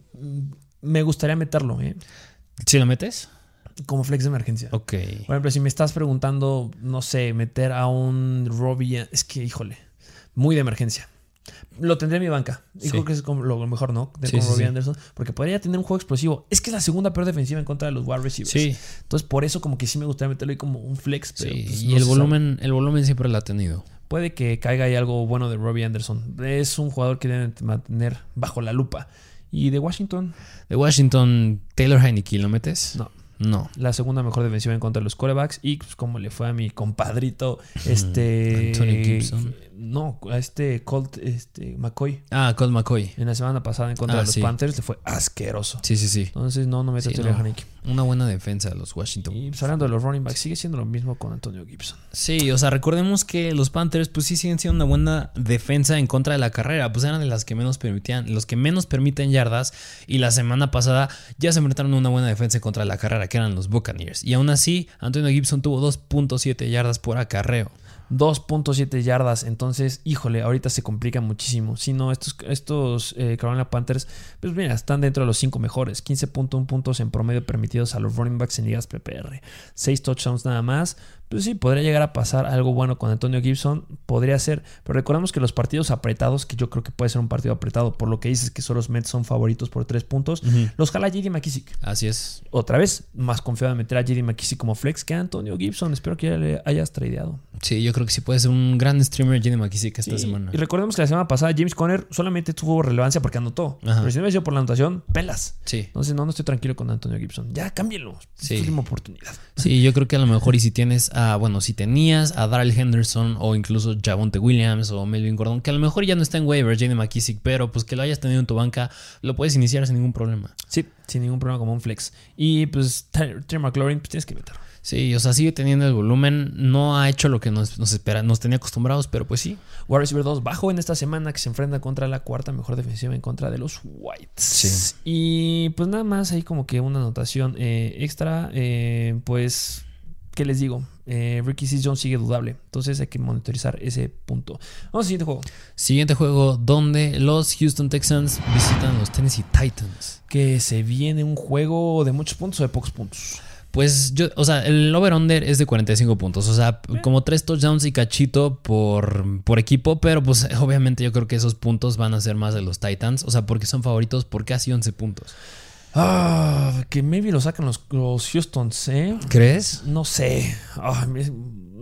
me gustaría meterlo, ¿eh? ¿Sí lo metes? Como flex de emergencia. Ok. Por ejemplo, si me estás preguntando, no sé, meter a un Robbie... Es que, híjole, muy de emergencia. Lo tendré en mi banca. Y sí. creo que es como lo mejor, ¿no? De sí, con sí, Robbie sí. Anderson. Porque podría tener un juego explosivo. Es que es la segunda peor defensiva en contra de los wide receivers. Sí. Entonces, por eso como que sí me gustaría meterlo ahí como un flex. Pero sí. Pues, y no el volumen, el volumen siempre lo ha tenido. Puede que caiga ahí algo bueno de Robbie Anderson. Es un jugador que deben mantener bajo la lupa. ¿Y de Washington? De Washington, Taylor Heinicke, ¿lo metes? No. No. La segunda mejor defensiva en contra de los quarterbacks. Y pues como le fue a mi compadrito, este... Anthony Gibson. No, a este Colt este, McCoy. Ah, Colt McCoy. En la semana pasada en contra ah, de los sí. Panthers le fue asqueroso. Sí, sí, sí. Entonces no, no me sí, traté no. a Heinicke. Una buena defensa de los Washington. Y pues, hablando de los running backs, sigue siendo lo mismo con Antonio Gibson. Sí, o sea, recordemos que los Panthers pues sí siguen siendo una buena defensa en contra de la carrera. Pues eran de las que menos permitían, los que menos permiten yardas. Y la semana pasada ya se enfrentaron a una buena defensa en contra de la carrera, que eran los Buccaneers. Y aún así, Antonio Gibson tuvo dos punto siete yardas por acarreo. dos punto siete yardas. Entonces, híjole, ahorita se complica muchísimo. Si no, estos, estos eh, Carolina Panthers, pues mira, están dentro de los cinco mejores. quince punto uno puntos en promedio permitidos a los running backs en ligas P P R. seis touchdowns nada más. Pues sí, podría llegar a pasar algo bueno con Antonio Gibson. Podría ser. Pero recordemos que los partidos apretados, que yo creo que puede ser un partido apretado, por lo que dices que solo los Mets son favoritos por tres puntos, uh-huh. los jala J D McKissic. Así es. Otra vez, más confiado en meter a J D McKissic como flex que a Antonio Gibson. Espero que ya le hayas tradeado. Sí, yo creo que sí puede ser un gran streamer J D McKissic esta sí. semana. Y recordemos que la semana pasada James Conner solamente tuvo relevancia porque anotó. Ajá. Pero si no hubiera sido por la anotación, pelas. Sí. Entonces no, no estoy tranquilo con Antonio Gibson. Ya, cámbienlo. Sí. Es su última oportunidad. Sí, yo creo que a lo mejor y si tienes a, bueno, si tenías a Darrell Henderson o incluso Javonte Williams o Melvin Gordon, que a lo mejor ya no está en waiver, J D McKissic, pero pues que lo hayas tenido en tu banca, lo puedes iniciar sin ningún problema. Sí, sin ningún problema como un flex. Y pues Terry McLaurin, pues tienes que meterlo. Sí, o sea, sigue teniendo el volumen. No ha hecho lo que nos, nos espera, nos tenía acostumbrados, pero pues sí. Wide receiver dos bajo en esta semana, que se enfrenta contra la cuarta mejor defensiva en contra de los Whites. Sí. Y pues nada más hay como que una anotación eh, extra. Eh, pues, ¿qué les digo? Eh, Ricky Seals-Jones sigue dudable. Entonces hay que monitorizar ese punto. Vamos al siguiente juego. Siguiente juego donde los Houston Texans visitan los Tennessee Titans. Que se viene un juego de muchos puntos o de pocos puntos. Pues yo, o sea, el over-under es de cuarenta y cinco puntos. O sea, ¿Eh? como tres touchdowns y cachito por, por equipo. Pero pues obviamente yo creo que esos puntos van a ser más de los Titans. O sea, porque son favoritos por casi once puntos. Ah, que maybe lo sacan los, los Houstons, ¿eh? ¿Crees? No sé. Ah,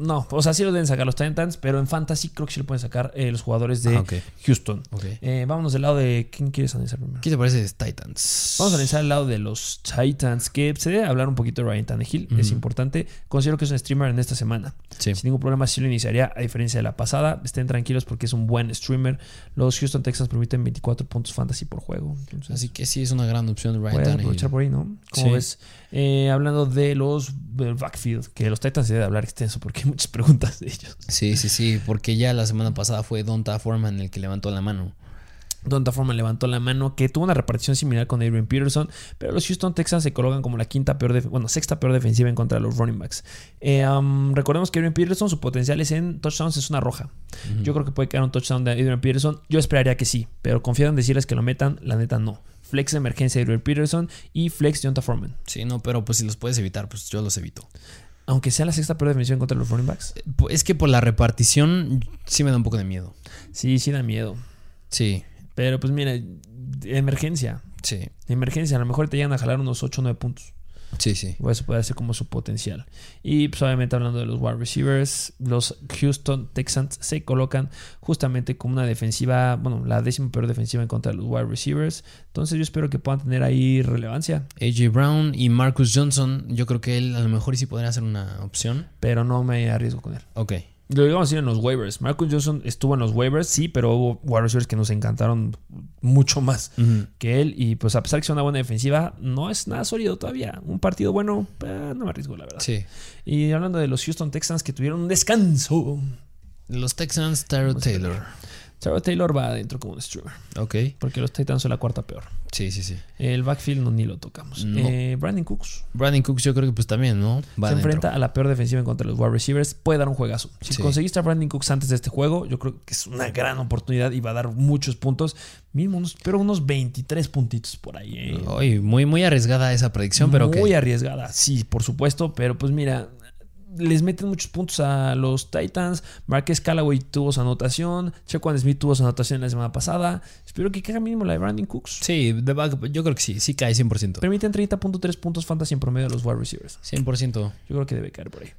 No, o sea, sí lo deben sacar los Titans, pero en Fantasy creo que sí lo pueden sacar eh, los jugadores de Ah, okay. Houston. Okay. Eh, vámonos del lado de... ¿Quién quieres analizar primero? ¿Qué te parece de Titans? Vamos a analizar el lado de los Titans, que se debe hablar un poquito de Ryan Tannehill, Uh-huh. es importante. Considero que es un streamer en esta semana. Sí. Sin ningún problema, sí lo iniciaría, a diferencia de la pasada. Estén tranquilos porque es un buen streamer. Los Houston Texans permiten veinticuatro puntos fantasy por juego. Entonces, así que sí es una gran opción Ryan puedes Tannehill. aprovechar por ahí, ¿no? Como Sí. ves, eh, hablando de los del backfield, que los Titans se debe hablar extenso porque hay muchas preguntas de ellos. Sí, sí, sí, porque ya la semana pasada fue Donta Foreman el que levantó la mano. Donta Foreman levantó la mano, que tuvo una repartición similar con Adrian Peterson, pero los Houston Texans se colocan como la quinta peor, def- bueno, sexta peor defensiva en contra de los running backs. Eh, um, recordemos que Adrian Peterson, su potencial es en touchdowns, es una roja. Uh-huh. Yo creo que puede caer un touchdown de Adrian Peterson. Yo esperaría que sí, pero confío en decirles que lo metan, la neta no. Flex de emergencia de Adrian Peterson y flex de Donta Foreman. Sí, no, pero pues si los puedes evitar, pues yo los evito. Aunque sea la sexta peor defensiva en contra de los running backs. Es que por la repartición sí me da un poco de miedo. Sí, sí da miedo. Sí, Pero pues mira, emergencia. sí, Emergencia, a lo mejor te llegan a jalar unos ocho o nueve puntos. sí, sí. O eso puede ser como su potencial. Y pues obviamente hablando de los wide receivers, los Houston Texans se colocan justamente como una defensiva, bueno, la décima peor defensiva en contra de los wide receivers. Entonces yo espero que puedan tener ahí relevancia. A J Brown y Marcus Johnson, yo creo que él a lo mejor sí podría ser una opción. Pero no me arriesgo con él. Ok. Lo digamos así en los waivers. Marcus Johnson estuvo en los waivers, sí, pero hubo wide receivers que nos encantaron mucho más Uh-huh. que él. Y pues a pesar que sea una buena defensiva, no es nada sólido todavía. Un partido bueno, eh, no me arriesgo, la verdad. Sí. Y hablando de los Houston Texans que tuvieron un descanso. Los Texans, Tyrod Vamos a ver. Taylor. Tyrod Taylor va adentro como un streamer. Ok. Porque los Titans son la cuarta peor. Sí, sí, sí. El backfield no, ni lo tocamos. No. Eh, Brandon Cooks Brandon Cooks yo creo que pues también, ¿no? Va se adentro. enfrenta a la peor defensiva en contra de los wide receivers. Puede dar un juegazo. Si Sí. conseguiste a Brandon Cooks antes de este juego, yo creo que es una gran oportunidad y va a dar muchos puntos. Mínimo unos, pero unos veintitrés puntitos por ahí. Eh. Oye, muy, muy arriesgada esa predicción, pero Muy ok. arriesgada, sí, por supuesto. Pero pues mira, les meten muchos puntos a los Titans. Marquez Callaway tuvo su anotación. Shaquan Smith tuvo su anotación la semana pasada. Espero que caiga mínimo la de Brandon Cooks. Sí, de back- yo creo que sí, sí cae cien por ciento. Permiten treinta punto tres puntos fantasy en promedio a los wide receivers. cien por ciento. Yo creo que debe caer por ahí.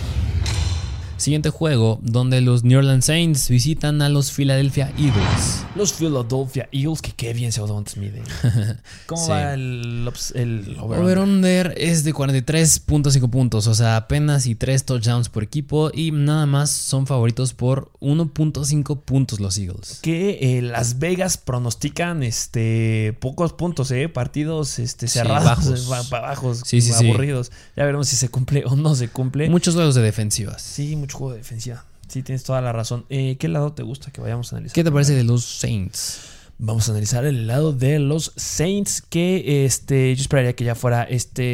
Siguiente juego, donde los New Orleans Saints visitan a los Philadelphia Eagles. Los Philadelphia Eagles, que qué bien se Odon Smith. eh. ¿Cómo Sí. va el, ups- el over? Over-under es de cuarenta y tres punto cinco puntos, o sea, apenas y tres touchdowns por equipo y nada más son favoritos por uno punto cinco puntos los Eagles. Que eh, Las Vegas pronostican este pocos puntos, eh, partidos este, Sí, cerrados, bajos. ba- ba- bajos, Sí, sí, sí. aburridos. Ya veremos si se cumple o no se cumple. Muchos juegos de defensivas. Sí, mucho juego de defensiva. Sí, tienes toda la razón. Eh, ¿Qué lado te gusta que vayamos a analizar? ¿Qué te parece de los Saints? Vamos a analizar el lado de los Saints, que este, yo esperaría que ya fuera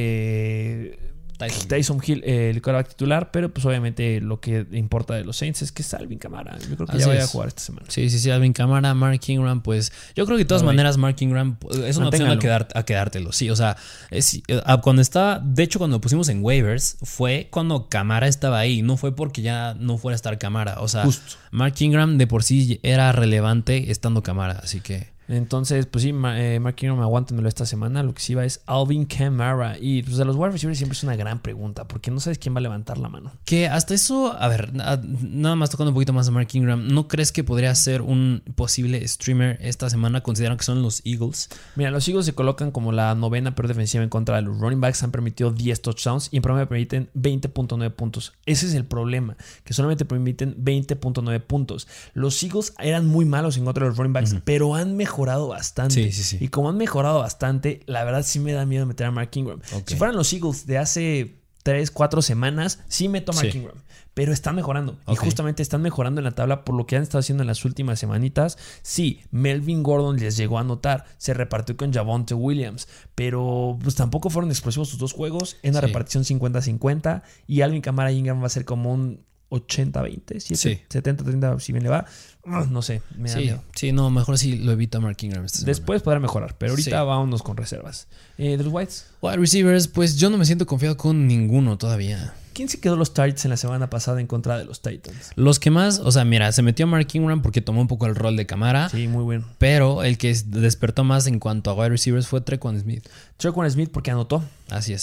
este Tyson. Tyson Hill eh, el quarterback titular, pero pues obviamente lo que importa de los Saints es que es Alvin Kamara. Yo creo que Así ya vaya es. a jugar esta semana. Sí, sí, sí, Alvin Kamara, Mark Ingram, pues yo creo que de todas Muy bien. maneras Mark Ingram es una opción a, Manténgalo. quedar, a quedártelo, sí, o sea, es- eh, cuando estaba, de hecho cuando lo pusimos en waivers fue cuando Kamara estaba ahí, no fue porque ya no fuera a estar Kamara, o sea, Justo. Mark Ingram de por sí era relevante estando Kamara, así que Entonces, pues sí, Ma- eh, Mark Ingram, aguántenmelo esta semana. Lo que sí va es Alvin Kamara. Y pues de los wide receivers siempre es una gran pregunta, porque no sabes quién va a levantar la mano. que hasta eso, a ver, na- nada más tocando un poquito más a Mark Ingram, ¿no crees que podría ser un posible streamer esta semana considerando que son los Eagles? Mira, los Eagles se colocan como la novena peor defensiva en contra de los running backs. Han permitido diez touchdowns y en promedio permiten veinte punto nueve puntos. Ese es el problema, que solamente permiten veinte punto nueve puntos. Los Eagles eran muy malos en contra de los running backs, Ujú. pero han mejorado bastante. Sí, sí, sí. Y como han mejorado bastante, la verdad sí me da miedo meter a Mark Ingram. Ok. Si fueran los Eagles de hace tres, cuatro semanas, sí meto a Mark Sí. Ingram. Pero están mejorando. Y Ok. justamente están mejorando en la tabla por lo que han estado haciendo en las últimas semanitas. Sí, Melvin Gordon les llegó a anotar. Se repartió con Javonte Williams. Pero pues tampoco fueron explosivos sus dos juegos. En la Sí. repartición cincuenta cincuenta. Y Alvin Kamara Ingram va a ser como un ochenta veinte. Sí. setenta treinta si bien le va. No sé, me da Sí, miedo. sí, no, mejor sí lo evito a Mark Ingram esta semana. Después podrá mejorar, pero ahorita Sí. vámonos con reservas. Eh, de los Whites, Wide receivers, pues yo no me siento confiado con ninguno todavía. ¿quién se quedó los targets en la semana pasada en contra de los Titans? Los que más, o sea, mira, se metió Mark Ingram porque tomó un poco el rol de Kamara, Sí, muy bueno. pero el que despertó más en cuanto a wide receivers fue Tre'Quan Smith. Tre'Quan Smith porque anotó. Así es.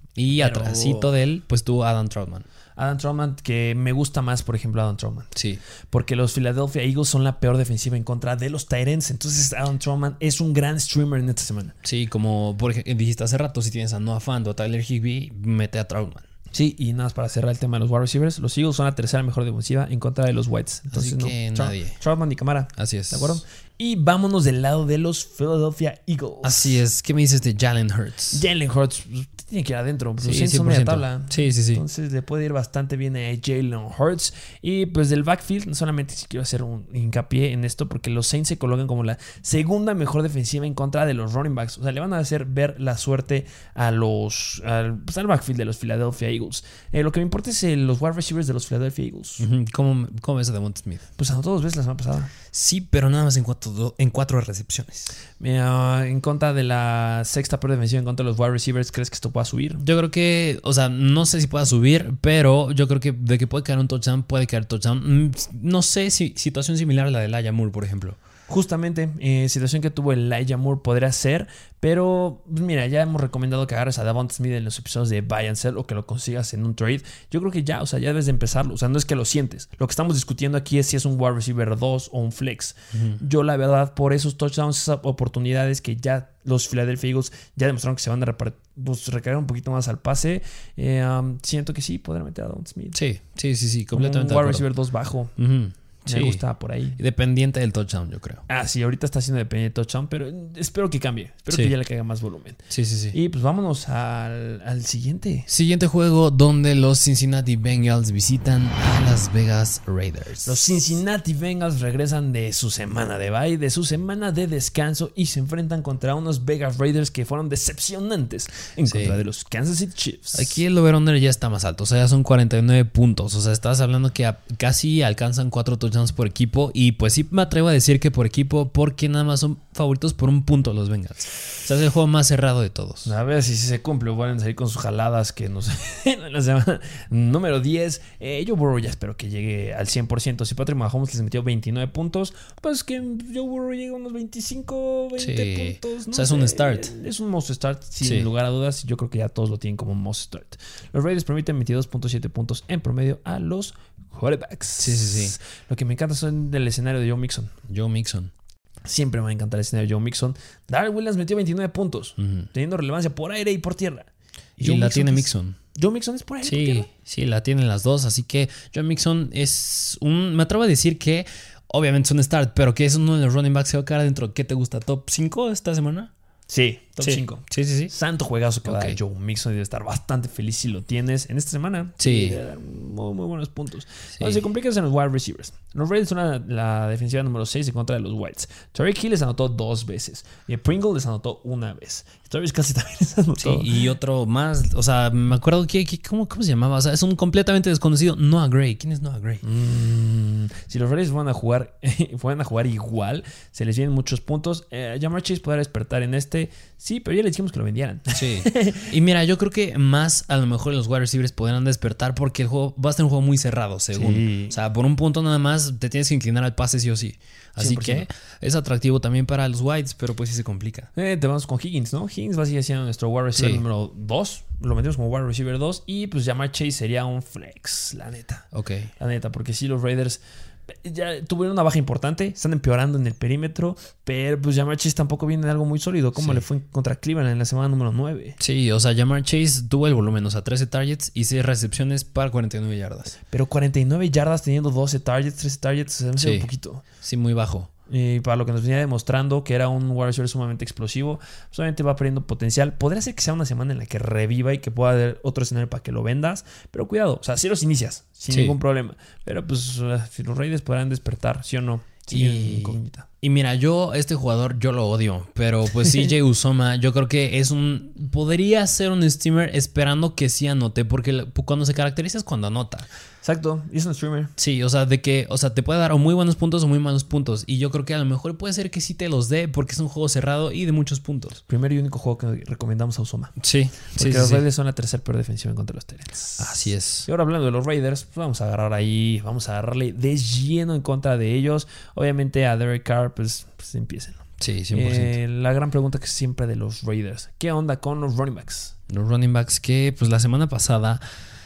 Y Pero- atrásito de él, pues tuvo Adam Troutman. Adam Trautman, que me gusta más, por ejemplo, Adam Trautman. Sí. Porque los Philadelphia Eagles son la peor defensiva en contra de los Titans. Entonces Adam Trautman es un gran streamer en esta semana. Sí, como por ejemplo, dijiste hace rato, si tienes a Noah Fant o Tyler Higbee, mete a Troutman. Sí, y nada más para cerrar el tema de los wide receivers. Los Eagles son la tercera mejor defensiva en contra de los Whites. Entonces, Así que no, Tra- nadie. Trautman y Camara. Así es. ¿De acuerdo? Y vámonos del lado de los Philadelphia Eagles. Así es. ¿Qué me dices de Jalen Hurts? Jalen Hurts pues, tiene que ir adentro. Pues, Sí, los Saints son media cien por ciento. tabla. Sí, sí, sí. Entonces le puede ir bastante bien a Jalen Hurts. Y pues del backfield, solamente si quiero hacer un hincapié en esto, porque los Saints se colocan como la segunda mejor defensiva en contra de los running backs. O sea, le van a hacer ver la suerte a los al, pues, al backfield de los Philadelphia Eagles. Eh, lo que me importa es eh, los wide receivers de los Philadelphia Eagles. Ujú. ¿Cómo, cómo ves a Devonta Smith? Pues anotó dos veces la semana pasada. Sí, pero nada más en cuatro, en cuatro recepciones. Mira, en contra de la sexta peor defensiva en contra de los wide receivers, ¿crees que esto pueda subir? Yo creo que, o sea, no sé si pueda subir, pero yo creo que de que puede caer un touchdown, puede caer touchdown. Mm, No sé si situación similar a la de Elijah Moore, por ejemplo. Justamente, eh, situación que tuvo Elijah Moore podría ser, pero pues mira, ya hemos recomendado que agarres a Devonta Smith en los episodios de Buy and Sell o que lo consigas en un trade. Yo creo que ya, o sea, ya debes de empezarlo. O sea, no es que lo sientes. Lo que estamos discutiendo aquí es si es un wide receiver dos o un flex. Uh-huh. Yo, la verdad, por esos touchdowns, esas oportunidades que ya los Philadelphia Eagles ya demostraron que se van a repart- pues, recargar un poquito más al pase, eh, um, siento que sí, podrán meter a Devonta Smith. Sí, sí, sí, sí, Como completamente. un wide receiver dos bajo. Uh-huh. Me Sí. gusta por ahí. Dependiente del touchdown, yo creo. Ah, sí, ahorita está siendo dependiente de touchdown, pero espero que cambie. Espero Sí. que ya le caiga más volumen. Sí, sí, sí. Y pues vámonos al, al siguiente. Siguiente juego donde los Cincinnati Bengals visitan a Las Vegas Raiders. Los Cincinnati Bengals regresan de su semana de bye, de su semana de descanso y se enfrentan contra unos Vegas Raiders que fueron decepcionantes en Sí. contra de los Kansas City Chiefs. Aquí el over-under ya está más alto, o sea, ya son cuarenta y nueve puntos. O sea, estás hablando que a- casi alcanzan cuatro touchdowns por equipo. Y pues sí me atrevo a decir que por equipo, porque nada más son favoritos por un punto los Bengals. O sea, es el juego más cerrado de todos. A ver si se cumple o van a salir con sus jaladas que no sé. En la semana número diez, eh, Joe Burrow ya espero que llegue al cien por ciento. Si Patrick Mahomes les metió veintinueve puntos, pues que Joe Burrow llegue a unos veinticinco, veinte Sí. puntos. No O sea, es sé. un start. Es un must start, sin Sí. lugar a dudas. Yo creo que ya todos lo tienen como un must start. Los Raiders permiten veintidós punto siete puntos en promedio a los quarterbacks. Sí, sí, sí. Lo que me encanta son del escenario de Joe Mixon. Joe Mixon. Siempre me va a encantar el escenario de Joe Mixon. Darrell Williams metió veintinueve puntos, Ujú. teniendo relevancia por aire y por tierra. Y Joe la Mixon tiene es- Mixon. Joe Mixon es por aire y por Sí, tierra. sí, la tienen las dos. Así que Joe Mixon es un... Me atrevo a decir que obviamente es un start, pero que es uno de los running backs que va a quedar dentro. ¿Qué te gusta? ¿Top cinco esta semana? Sí, top Sí. cinco. Sí, sí, sí. Santo juegazo que va a Ok. dar Joe Mixon y debe estar bastante feliz si lo tienes en esta semana. Sí. Y debe dar muy, muy buenos puntos. Sí. Cuando se complica es en los wide receivers. Los Raiders son la, la defensiva número seis en contra de los Whites. Tariq Hill les anotó dos veces. Y Pringle les anotó una vez. Travis Kelce también les anotó. Sí, y otro más, o sea, me acuerdo que, que- ¿cómo, ¿cómo se llamaba? O sea, es un completamente desconocido. Noah Gray. ¿Quién es Noah Gray? Mm, si los Raiders fueran a jugar, fueran a jugar igual, se les vienen muchos puntos. Eh, Jamar Chase podrá despertar en este. Sí, pero ya le dijimos que lo vendieran. Sí. Y mira, yo creo que más a lo mejor los wide receivers podrán despertar porque el juego va a ser un juego muy cerrado, según. Sí. O sea, por un punto nada más te tienes que inclinar al pase sí o sí. Así cien por ciento. que es atractivo también para los Whites, pero pues sí se complica. Eh, te vamos con Higgins, ¿no? Higgins va a seguir siendo nuestro wide receiver Sí. número dos. Lo metemos como wide receiver dos. Y pues Jamar Chase sería un flex, la neta. Ok. La neta, porque sí, los Raiders ya tuvieron una baja importante. Están empeorando en el perímetro. Pero pues Jamar Chase tampoco viene de algo muy sólido. Como Sí. le fue contra Cleveland en la semana número nueve. Sí, o sea, Jamar Chase tuvo el volumen, o sea, trece targets y seis recepciones para cuarenta y nueve yardas. Pero cuarenta y nueve yardas teniendo doce targets, trece targets. Se me hace Sí. un poquito. Sí, muy bajo. Y para lo que nos venía demostrando que era un wide receiver sumamente explosivo, pues obviamente va perdiendo potencial. Podría ser que sea una semana en la que reviva y que pueda haber otro escenario para que lo vendas, pero cuidado, o sea, si los inicias sin Sí. ningún problema. Pero pues uh, si los Raiders podrán despertar, sí o no. Sigue Y- incógnita. Y mira, yo, este jugador, yo lo odio. Pero pues C J Uzoma, yo creo que es un. Podría ser un streamer esperando que sí anote. Porque la- cuando se caracteriza es cuando anota. Exacto, y es un streamer. Sí, o sea, de que, o sea, te puede dar o muy buenos puntos o muy malos puntos. Y yo creo que a lo mejor puede ser que sí te los dé porque es un juego cerrado y de muchos puntos. Primer y único juego que recomendamos a Uzoma. Sí, Porque sí, sí, los sí. Raiders son la tercera peor defensiva en contra de los Titans. Así es. Y ahora hablando de los Raiders, pues vamos a agarrar ahí, vamos a agarrarle de lleno en contra de ellos. Obviamente a Derek Carr, pues, pues empiecen. Sí, cien por ciento. Eh, la gran pregunta que es siempre de los Raiders. ¿Qué onda con los running backs? Los running backs que pues la semana pasada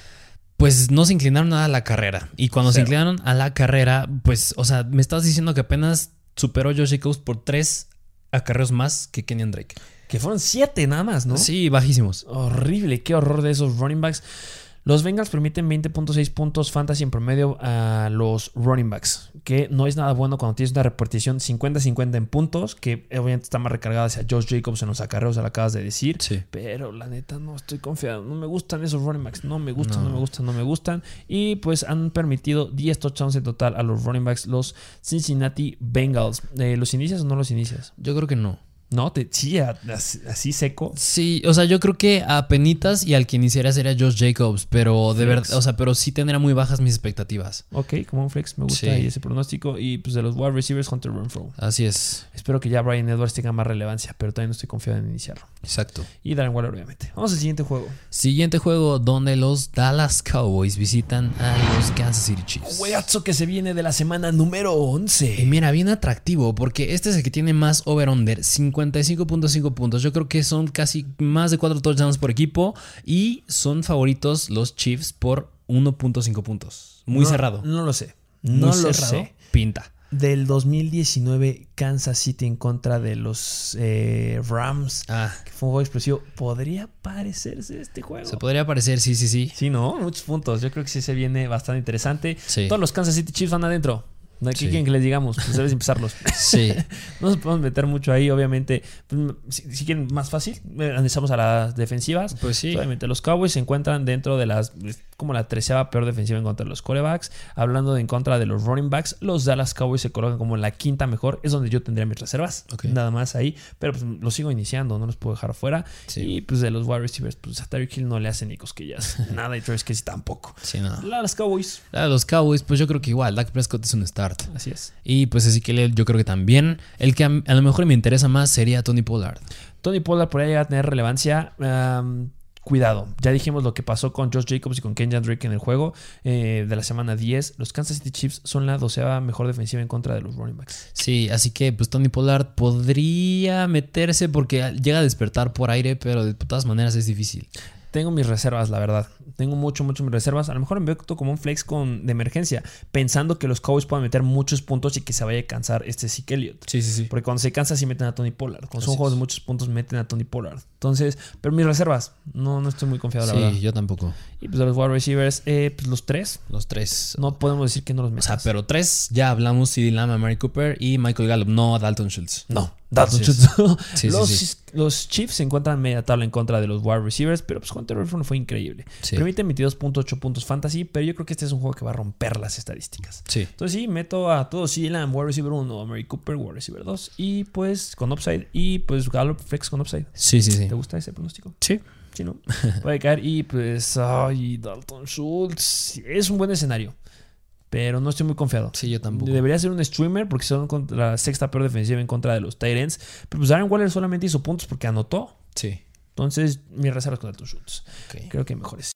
pues no se inclinaron nada a la carrera. Y cuando Cero. se inclinaron a la carrera, pues, o sea, me estabas diciendo que apenas superó Josh Jacobs por tres acarreos más que Kenyan Drake. Que fueron siete nada más, ¿no? Sí, bajísimos. Horrible, qué horror de esos running backs. Los Bengals permiten veinte punto seis puntos fantasy en promedio a los running backs, que no es nada bueno cuando tienes una repartición cincuenta cincuenta en puntos, que obviamente está más recargada hacia Josh Jacobs en los acarreos, lo acabas de decir. Sí. Pero la neta no estoy confiado. No me gustan esos running backs. No me gustan, no, no me gustan, no me gustan. Y pues han permitido diez touchdowns en total a los running backs, los Cincinnati Bengals. Eh, ¿Los inicias o no los inicias? Yo creo que no. No, te, sí, así, así seco. Sí, o sea, yo creo que a penitas y al que iniciaría sería Josh Jacobs, pero de verdad, o sea, pero sí tendría muy bajas mis expectativas. Ok, como un flex, me gusta sí. ahí ese pronóstico. Y pues de los wide receivers, Hunter Renfrow. Así es. Espero que ya Bryan Edwards tenga más relevancia, pero todavía no estoy confiado en iniciarlo. Exacto. Y Darren Waller, obviamente. Vamos al siguiente juego. Siguiente juego donde los Dallas Cowboys visitan a los Kansas City Chiefs. Juegazo que se viene de la semana número once. Y mira, bien atractivo, porque este es el que tiene más over-under, cincuenta y cinco punto cinco puntos. Yo creo que son casi más de cuatro touchdowns por equipo y son favoritos los Chiefs por uno punto cinco puntos. Muy no, cerrado. No lo sé. No Muy lo cerrado. sé. Pinta. Del dos mil diecinueve Kansas City en contra de los eh, Rams, ah. que fue un juego explosivo. ¿Podría parecerse este juego? Se podría parecer, sí, sí, sí. Sí, ¿no? Muchos puntos. Yo creo que sí se viene bastante interesante. Sí. Todos los Kansas City Chiefs van adentro. ¿Qué sí. quieren que les digamos? Pues debes empezarlos. Sí. No nos podemos meter mucho ahí, obviamente. Si, si quieren más fácil, analizamos a las defensivas. Pues sí. Obviamente los Cowboys se encuentran dentro de las como la treceava peor defensiva en contra de los quarterbacks. Hablando de en contra de los running backs, los Dallas Cowboys se colocan como la quinta mejor. Es donde yo tendría mis reservas. Okay. Nada más ahí. Pero pues los sigo iniciando, no los puedo dejar fuera. Sí. Y pues de los wide receivers, pues a Tyreek Hill no le hace ni cosquillas. Nada, y Travis Kelce tampoco. Sí, no. Las Cowboys. La, los Cowboys, pues yo creo que igual. Dak Prescott es un start. Así es. Y pues así que yo creo que también. El que a, a lo mejor me interesa más sería Tony Pollard. Tony Pollard podría llegar a tener relevancia. Um, Cuidado, ya dijimos lo que pasó con Josh Jacobs y con Kenyan Drake en el juego eh, de la semana diez. Los Kansas City Chiefs son la doceava mejor defensiva en contra de los running backs. Sí, así que pues Tony Pollard podría meterse porque llega a despertar por aire, pero de todas maneras es difícil. Tengo mis reservas, la verdad. Tengo mucho, mucho mis reservas. A lo mejor me veo como un flex con, de emergencia, pensando que los Cowboys puedan meter muchos puntos y que se vaya a cansar este Zeke Elliott. Sí, sí, sí. Porque cuando se cansa, sí meten a Tony Pollard. Cuando Así son es. juegos de muchos puntos, meten a Tony Pollard. Entonces, pero mis reservas, no, no estoy muy confiado, la sí, verdad. Sí, yo tampoco. Y pues de los wide receivers, eh, pues los tres. Los tres. No podemos decir que no los metas. O sea, pero tres, ya hablamos: CeeDee Lamb, Amari Cooper y Michael Gallup, no Dalton Schultz. No. Dalton Schultz. Sí, los, sí, sí. los Chiefs se encuentran media tabla en contra de los wide receivers, pero pues Hunter Renfrow fue increíble. Sí. Permite veintidós punto ocho puntos fantasy, pero yo creo que este es un juego que va a romper las estadísticas. Sí. Entonces sí, meto a todos: CeeDee Lamb, wide receiver uno, Amari Cooper, wide receiver dos, y pues con upside, y pues Gallup flex con upside. Sí, sí, sí. ¿Te gusta ese pronóstico? Sí. Sí, ¿no? Puede caer y pues, ay, Dalton Schultz. Es un buen escenario, pero no estoy muy confiado. Sí, yo tampoco. Debería ser un streamer porque son contra la sexta peor defensiva en contra de los Titans. Pero pues Darren Waller solamente hizo puntos porque anotó. Sí. Entonces, mis reservas con Dalton Schultz. Okay. Creo que mejores.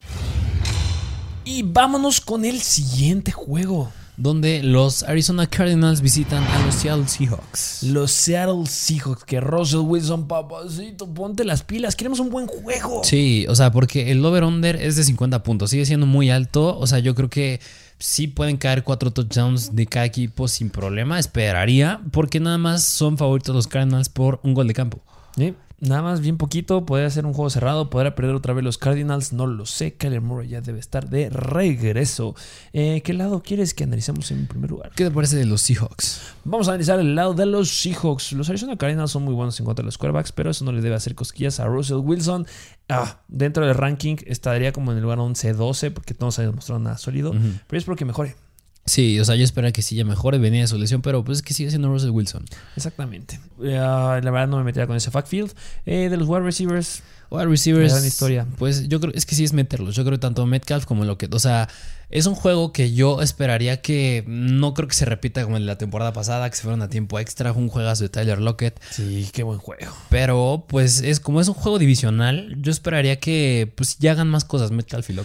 Y vámonos con el siguiente juego, donde los Arizona Cardinals visitan a los Seattle Seahawks. Los Seattle Seahawks, que Russell Wilson, papacito, ponte las pilas. Queremos un buen juego. Sí, o sea, porque el over-under es de cincuenta puntos. Sigue siendo muy alto. O sea, yo creo que sí pueden caer cuatro touchdowns de cada equipo sin problema. Esperaría, porque nada más son favoritos los Cardinals por un gol de campo. Sí. Nada más bien poquito, podría ser un juego cerrado, podrá perder otra vez los Cardinals, no lo sé. Kyler Murray ya debe estar de regreso. Eh, ¿Qué lado quieres que analicemos en primer lugar? ¿Qué te parece de los Seahawks? Vamos a analizar el lado de los Seahawks. Los Arizona Cardinals son muy buenos en contra de los quarterbacks, pero eso no les debe hacer cosquillas a Russell Wilson. Ah, dentro del ranking estaría como en el lugar once doce, porque no se ha demostrado nada sólido, uh-huh. pero es porque mejore. Sí, o sea, yo espero que sí ya mejore, venía de su lesión, pero pues es que sigue siendo Russell Wilson. Exactamente. Uh, la verdad no me metería con ese backfield. Eh, de los wide receivers. Wide receivers. Gran historia. Pues yo creo, es que sí es meterlos. Yo creo que tanto Metcalf como lo que. O sea, es un juego que yo esperaría que no creo que se repita como en la temporada pasada, que se fueron a tiempo extra. Un juegazo de Tyler Lockett. Sí, qué buen juego. Pero pues es como es un juego divisional, yo esperaría que pues ya hagan más cosas Metcalf y Lockett.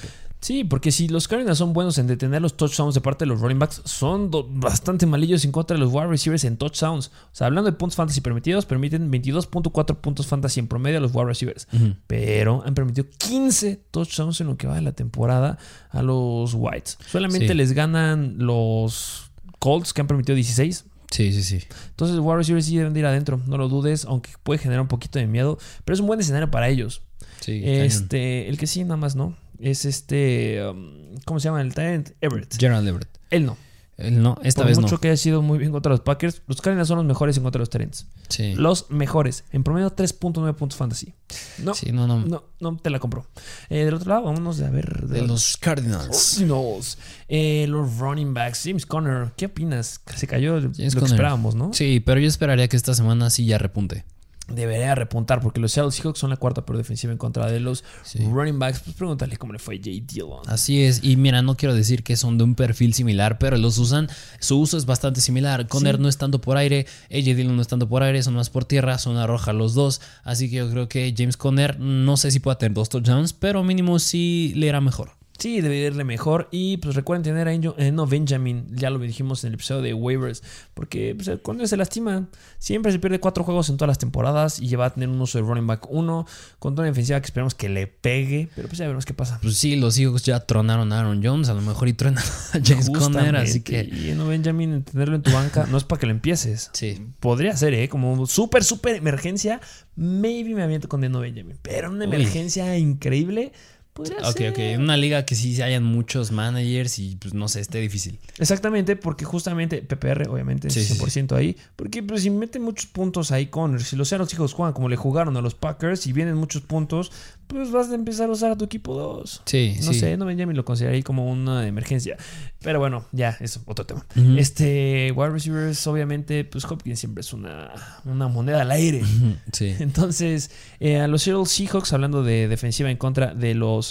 Sí, porque si los Cardinals son buenos en detener los touchdowns de parte de los running backs, son do- bastante malillos en contra de los wide receivers en touchdowns. O sea, hablando de puntos fantasy permitidos, permiten veintidós punto cuatro puntos fantasy en promedio a los wide receivers. Uh-huh. Pero han permitido quince touchdowns en lo que va de la temporada a los Whites. Solamente sí. les ganan los Colts, que han permitido dieciséis. Sí, sí, sí. Entonces, los wide receivers sí deben de ir adentro. No lo dudes, aunque puede generar un poquito de miedo. Pero es un buen escenario para ellos. Sí, este, cañón. El que sí, nada más no. Es este. Um, ¿Cómo se llama? El Tyrant Everett. Gerald Everett. Él no. Él no, esta Por vez mucho no. que haya sido muy bien contra los Packers, los Cardinals son los mejores en contra de los Tyrants. Sí. Los mejores. En promedio, tres punto nueve puntos fantasy. No, sí, no, no. no, no te la compro. Eh, del otro lado, vámonos a ver. De, de los Cardinals. Cardinals. Eh, los running backs. James Conner, ¿qué opinas? Se cayó James lo Conner. Que esperábamos, ¿no? Sí, pero yo esperaría que esta semana sí ya repunte. Debería repuntar porque los Seattle Seahawks son la cuarta peor defensiva en contra de los sí. running backs. Pues pregúntale cómo le fue a Jay Dillon. Así es. Y mira, no quiero decir que son de un perfil similar, pero los usan. Su uso es bastante similar. Conner sí. no es tanto por aire, A J Dillon no es tanto por aire, son más por tierra, zona roja los dos. Así que yo creo que James Conner no sé si pueda tener dos touchdowns, pero mínimo sí le irá mejor. Sí, debe irle mejor. Y pues recuerden tener a Angel, eh, no, Benjamin. Ya lo dijimos en el episodio de waivers. Porque pues, cuando se lastima, siempre se pierde cuatro juegos en todas las temporadas. Y ya va a tener un uso de running back uno. Con toda la defensiva que esperamos que le pegue. Pero pues ya veremos qué pasa. Pues sí, los Seahawks ya tronaron a Aaron Jones. A lo mejor y tronan a James Conner. Así que. Y no, Benjamin, tenerlo en tu banca no es para que lo empieces. Sí. Podría ser, ¿eh? Como súper, súper emergencia. Maybe me aviento con Deno Benjamin. Pero una emergencia Uy. increíble. Podría ok, ser. ok. En una liga que sí hayan muchos managers y pues no sé, esté difícil. Exactamente, porque justamente P P R, obviamente, sí, cien por ciento sí. ahí. Porque pues si meten muchos puntos ahí con... Si los Seattle Seahawks juegan como le jugaron a los Packers y vienen muchos puntos, pues vas a empezar a usar a tu equipo dos. Sí, No sí. sé, no Benjamin lo consideraría como una emergencia. Pero bueno, ya, es otro tema. Uh-huh. Este, wide receivers, obviamente, pues Hopkins siempre es una, una moneda al aire. Uh-huh. Sí. Entonces, eh, a los Seattle Seahawks, hablando de defensiva en contra de los...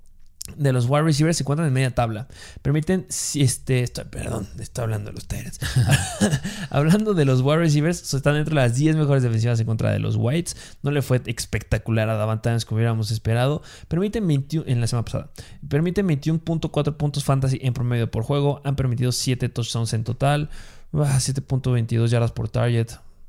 de los wide receivers, se encuentran en media tabla. Permiten, si este, estoy, perdón, estoy hablando de los Titans. Hablando de los wide receivers, están dentro de las diez mejores defensivas en contra de los Whites. No le fue espectacular a Davante Adams como hubiéramos esperado. Permiten veintiuno en la semana pasada. Permiten veintiuno punto cuatro puntos fantasy en promedio por juego. Han permitido siete touchdowns en total. Ah, siete punto veintidós yardas por target.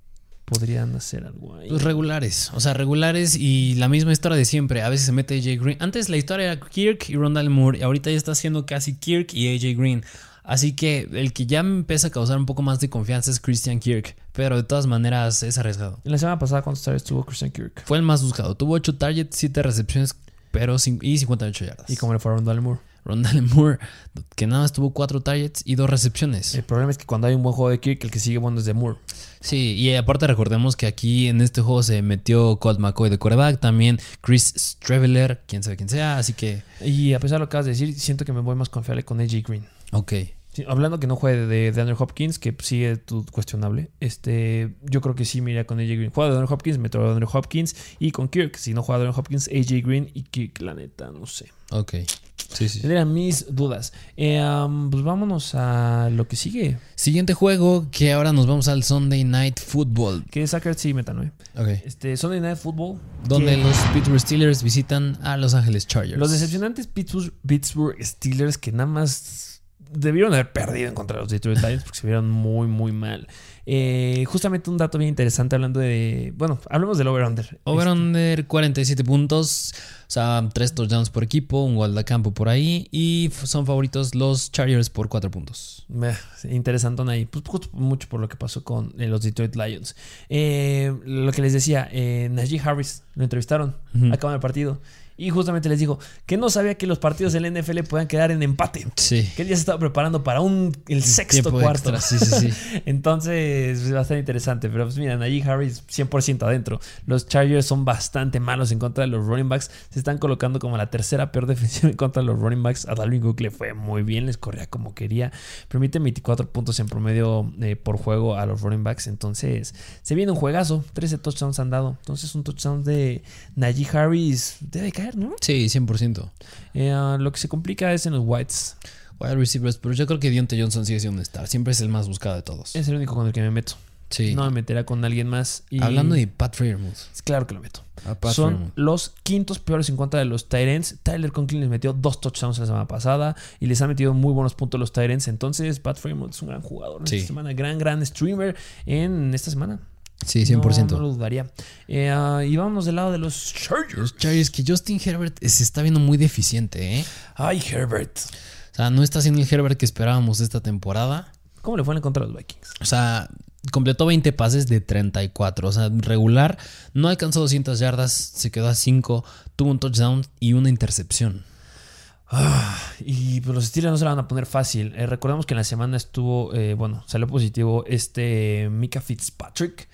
Podrían hacer algo ahí. Pues regulares, o sea, regulares y la misma historia de siempre. A veces se mete A J Green. Antes la historia era Kirk y Rondale Moore y ahorita ya está siendo casi Kirk y A J Green. Así que el que ya me empieza a causar un poco más de confianza es Christian Kirk. Pero de todas maneras es arriesgado. En la semana pasada, ¿cuántos targets tuvo Christian Kirk? Fue el más buscado. Tuvo ocho targets, siete recepciones pero y cincuenta y ocho yardas. ¿Y cómo le fue a Rondale Moore? Rondale Moore, que nada más tuvo cuatro targets y dos recepciones. El problema es que cuando hay un buen juego de Kirk, el que sigue bueno es de Moore. Sí, y aparte recordemos que aquí en este juego se metió Colt McCoy de quarterback, también Chris Streveler, quién sabe quién sea, así que... Y a pesar de lo que acabas de decir, siento que me voy más confiable con A J Green. Ok. Sí, hablando que no juegue de, de Andrew Hopkins, que sigue cuestionable, este, yo creo que sí me iría con A J Green. Juega de Andrew Hopkins, me trae de Andrew Hopkins y con Kirk. Si no juega de Andrew Hopkins, A J Green y Kirk, la neta, no sé. Ok. Sí, sí. Eran mis dudas. Eh, um, pues vámonos a lo que sigue. Siguiente juego, que ahora nos vamos al Sunday Night Football. Que es Soccer, sí, metan, ¿no? Ok. Este, Sunday Night Football. Donde los Pittsburgh Steelers visitan a Los Ángeles Chargers. Los decepcionantes Pittsburgh, Pittsburgh Steelers que nada más debieron haber perdido en contra de los Detroit Lions porque se vieron muy, muy mal. Eh, justamente un dato bien interesante hablando de... Bueno, hablemos del over-under. Over-under este. cuarenta y siete puntos. O sea, tres touchdowns por equipo, un gol de campo por ahí. Y son favoritos los Chargers por cuatro puntos. Eh, interesantón ahí. Pues mucho por lo que pasó con eh, los Detroit Lions. Eh, lo que les decía, eh, Najee Harris lo entrevistaron. Uh-huh. Acaban el partido. Y justamente les dijo que no sabía que los partidos del N F L puedan quedar en empate. Sí. Que él ya se estaba preparando para un el sexto cuarto. Extra. Sí, sí, sí. Entonces va a ser interesante. Pero pues mira, Najee Harris cien por ciento adentro. Los Chargers son bastante malos en contra de los running backs. Se están colocando como la tercera peor defensiva en contra de los running backs. A Dalvin Cook le fue muy bien. Les corría como quería. Permite veinticuatro puntos en promedio eh, por juego a los running backs. Entonces se viene un juegazo. trece touchdowns han dado. Entonces un touchdown de Najee Harris debe caer, ¿no? Sí, cien por ciento. Eh, uh, lo que se complica es en los Whites. Wide receivers, pero yo creo que Diontae Johnson sigue siendo un star. Siempre es el más buscado de todos. Es el único con el que me meto. Sí. No me meterá con alguien más. Y hablando de Pat Freiermuth. Claro que lo meto. Pat Son Freiermuth. los quintos peores en contra de los tight ends. Tyler Conklin les metió dos touchdowns la semana pasada y les ha metido muy buenos puntos los tight ends. Entonces, Pat Freiermuth es un gran jugador en Sí. esta semana. Gran, gran streamer en esta semana. Sí, cien por ciento. No, no lo dudaría. Eh, uh, y vámonos del lado de los Chargers. Los Chargers, que Justin Herbert se está viendo muy deficiente, ¿eh? Ay, Herbert. O sea, no está siendo el Herbert que esperábamos esta temporada. ¿Cómo le fue en contra de los Vikings? O sea, completó veinte pases de treinta y cuatro. O sea, regular. No alcanzó doscientas yardas. Se quedó a cinco. Tuvo un touchdown y una intercepción. Ah, y pues los Steelers no se la van a poner fácil. Eh, recordemos que en la semana estuvo, eh, bueno, salió positivo este Micah Fitzpatrick.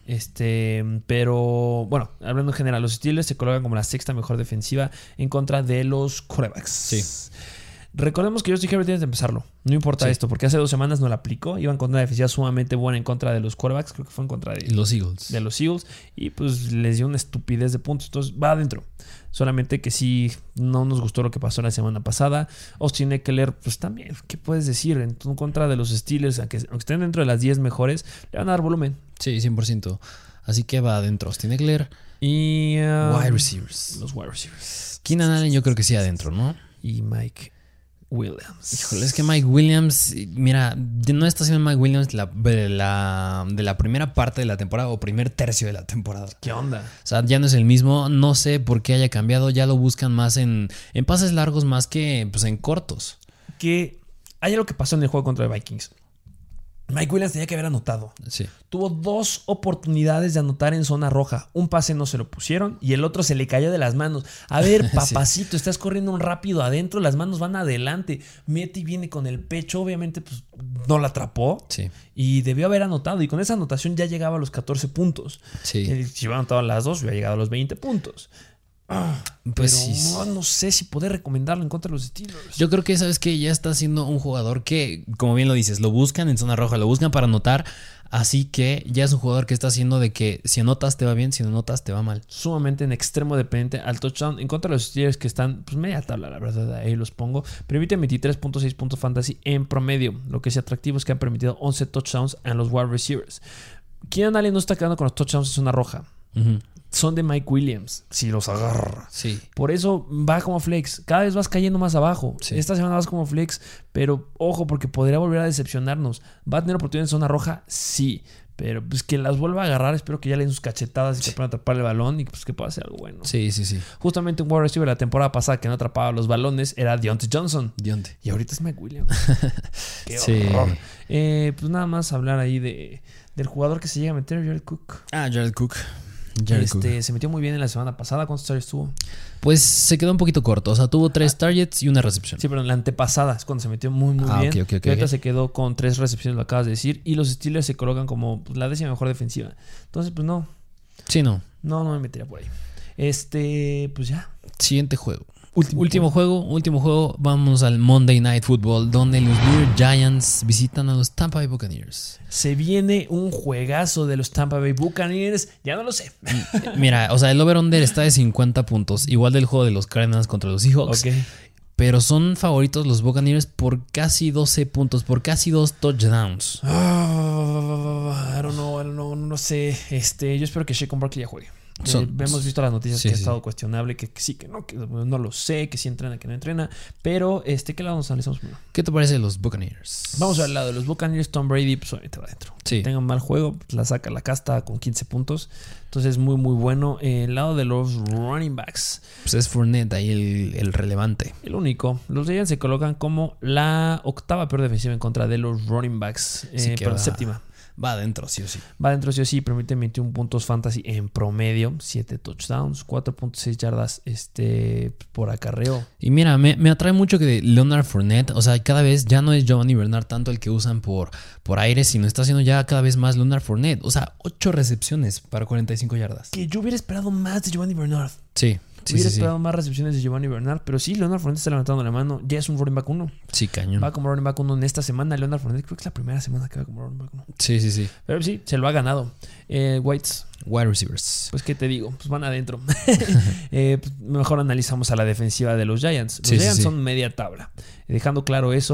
Este, pero bueno, hablando en general, los Steelers se colocan como la sexta mejor defensiva en contra de los quarterbacks. Sí. Recordemos que Justin Herbert tiene que empezarlo. No importa Sí. esto, porque hace dos semanas no la aplicó. Iban contra una defensiva sumamente buena en contra de los quarterbacks. Creo que fue en contra de Los Eagles. de los Eagles. Y pues les dio una estupidez de puntos. Entonces va adentro. Solamente que sí, no nos gustó lo que pasó la semana pasada. Austin Ekeler, pues también, ¿qué puedes decir? En contra de los Steelers, aunque, aunque estén dentro de las diez mejores, le van a dar volumen. Sí, cien por ciento. Así que va adentro. Austin Ekeler. Y uh, Wide receivers. los wide receivers. Keenan Allen yo creo que sí adentro, ¿no? Y Mike Williams. Híjole, es que Mike Williams, mira, no está siendo Mike Williams la, de, la, de la primera parte de la temporada o primer tercio de la temporada. ¿Qué onda? O sea, ya no es el mismo, no sé por qué haya cambiado, ya lo buscan más en, en pases largos más que pues, en cortos. Que hay algo que pasó en el juego contra Vikings. Mike Williams tenía que haber anotado. Sí. Tuvo dos oportunidades de anotar en zona roja. Un pase no se lo pusieron y el otro se le cayó de las manos. A ver, papacito, sí. Estás corriendo un rápido adentro, las manos van adelante. Mete y viene con el pecho. Obviamente, pues no la atrapó. Sí. Y debió haber anotado. Y con esa anotación ya llegaba a los catorce puntos. Sí. Eh, si hubiera anotado las dos, hubiera llegado a los veinte puntos. Ah, pues pero sí. no, no sé si poder recomendarlo en contra de los Steelers. Yo creo que, ¿sabes qué? Ya está siendo un jugador que, como bien lo dices, lo buscan en zona roja, lo buscan para anotar. Así que ya es un jugador que está haciendo de que si anotas te va bien, si no anotas te va mal. Sumamente en extremo dependiente al touchdown. En contra de los Steelers que están, pues media tabla, la verdad, ahí los pongo. Permiten veintitrés punto seis puntos fantasy en promedio. Lo que es atractivo es que han permitido once touchdowns a los wide receivers. Keenan Allen no está quedando con los touchdowns en zona roja. Uh-huh. Son de Mike Williams, si los agarra. Sí. Por eso va como flex. Cada vez vas cayendo más abajo. Sí. Esta semana vas como flex, pero ojo, porque podría volver a decepcionarnos. ¿Va a tener oportunidad en zona roja? Sí. Pero pues que las vuelva a agarrar. Espero que ya le den sus cachetadas y sí. que puedan atrapar el balón y pues que pueda hacer algo bueno. Sí, sí, sí. Justamente un wide receiver la temporada pasada que no atrapaba los balones era Deontay Johnson. Deontay. Y ahorita es Mike Williams. Qué sí. horror. Eh, pues nada más hablar ahí de, del jugador que se llega a meter, Jared Cook. Ah, Jared Cook. Jared este, Cook. Se metió muy bien en la semana pasada. ¿Cuántos targets tuvo? Pues se quedó un poquito corto. O sea, tuvo tres ah. targets y una recepción. Sí, pero en la antepasada es cuando se metió muy, muy ah, bien. Okay, okay, okay, y ahorita okay. se quedó con tres recepciones, lo acabas de decir. Y los Steelers se colocan como pues, la décima mejor defensiva. Entonces, pues no. Sí, no. No, no me metería por ahí. Este, pues ya. Siguiente juego. Último, último juego. juego, último juego. Vamos al Monday Night Football, donde los New York Giants visitan a los Tampa Bay Buccaneers. Se viene un juegazo de los Tampa Bay Buccaneers. Ya no lo sé. Mira, o sea, el over-under está de cincuenta puntos. Igual del juego de los Cardinals contra los Seahawks. Ok. Pero son favoritos los Buccaneers por casi doce puntos, por casi dos touchdowns. Oh, I don't know, I don't know, no sé. Este, yo espero que Saquon Barkley ya juegue. Son, eh, hemos visto las noticias sí, que ha sí. estado cuestionable, que, que sí, que no, que no lo sé, que sí entrena, que no entrena. Pero, este, ¿qué lado nos analizamos primero? ¿Qué te parece de los Buccaneers? Vamos al lado de los Buccaneers. Tom Brady, pues obviamente va adentro. Sí. Si tenga un mal juego, pues, la saca la casta con quince puntos. Entonces, muy, muy bueno. Eh, el lado de los running backs. Pues es Fournette ahí el, el relevante. El único. Los Giants se colocan como la octava peor defensiva en contra de los running backs. Eh, Sí que pero va. séptima. Va adentro, sí o sí. Va adentro sí o sí, permite veintiún puntos fantasy en promedio, siete touchdowns, cuatro punto seis yardas este, por acarreo. Y mira, me, me atrae mucho que Leonard Fournette, o sea, cada vez ya no es Giovanni Bernard tanto el que usan por, por aire, sino está haciendo ya cada vez más Leonard Fournette. O sea, ocho recepciones para cuarenta y cinco yardas. Que yo hubiera esperado más de Giovanni Bernard. Sí. Sí, hubiera sí, esperado sí. más recepciones de Giovanni Bernard, pero sí, Leonard Fournette está levantando la mano. Ya es un running back uno. Sí, cañón. Va como running back uno en esta semana. Leonard Fournette creo que es la primera semana que va como running back uno. Sí, sí, sí. Pero sí, se lo ha ganado. Eh, Whites. Wide receivers. Pues, ¿qué te digo? Pues van adentro. eh, pues mejor analizamos a la defensiva de los Giants. Los Sí, Giants sí, sí. son media tabla. Dejando claro eso,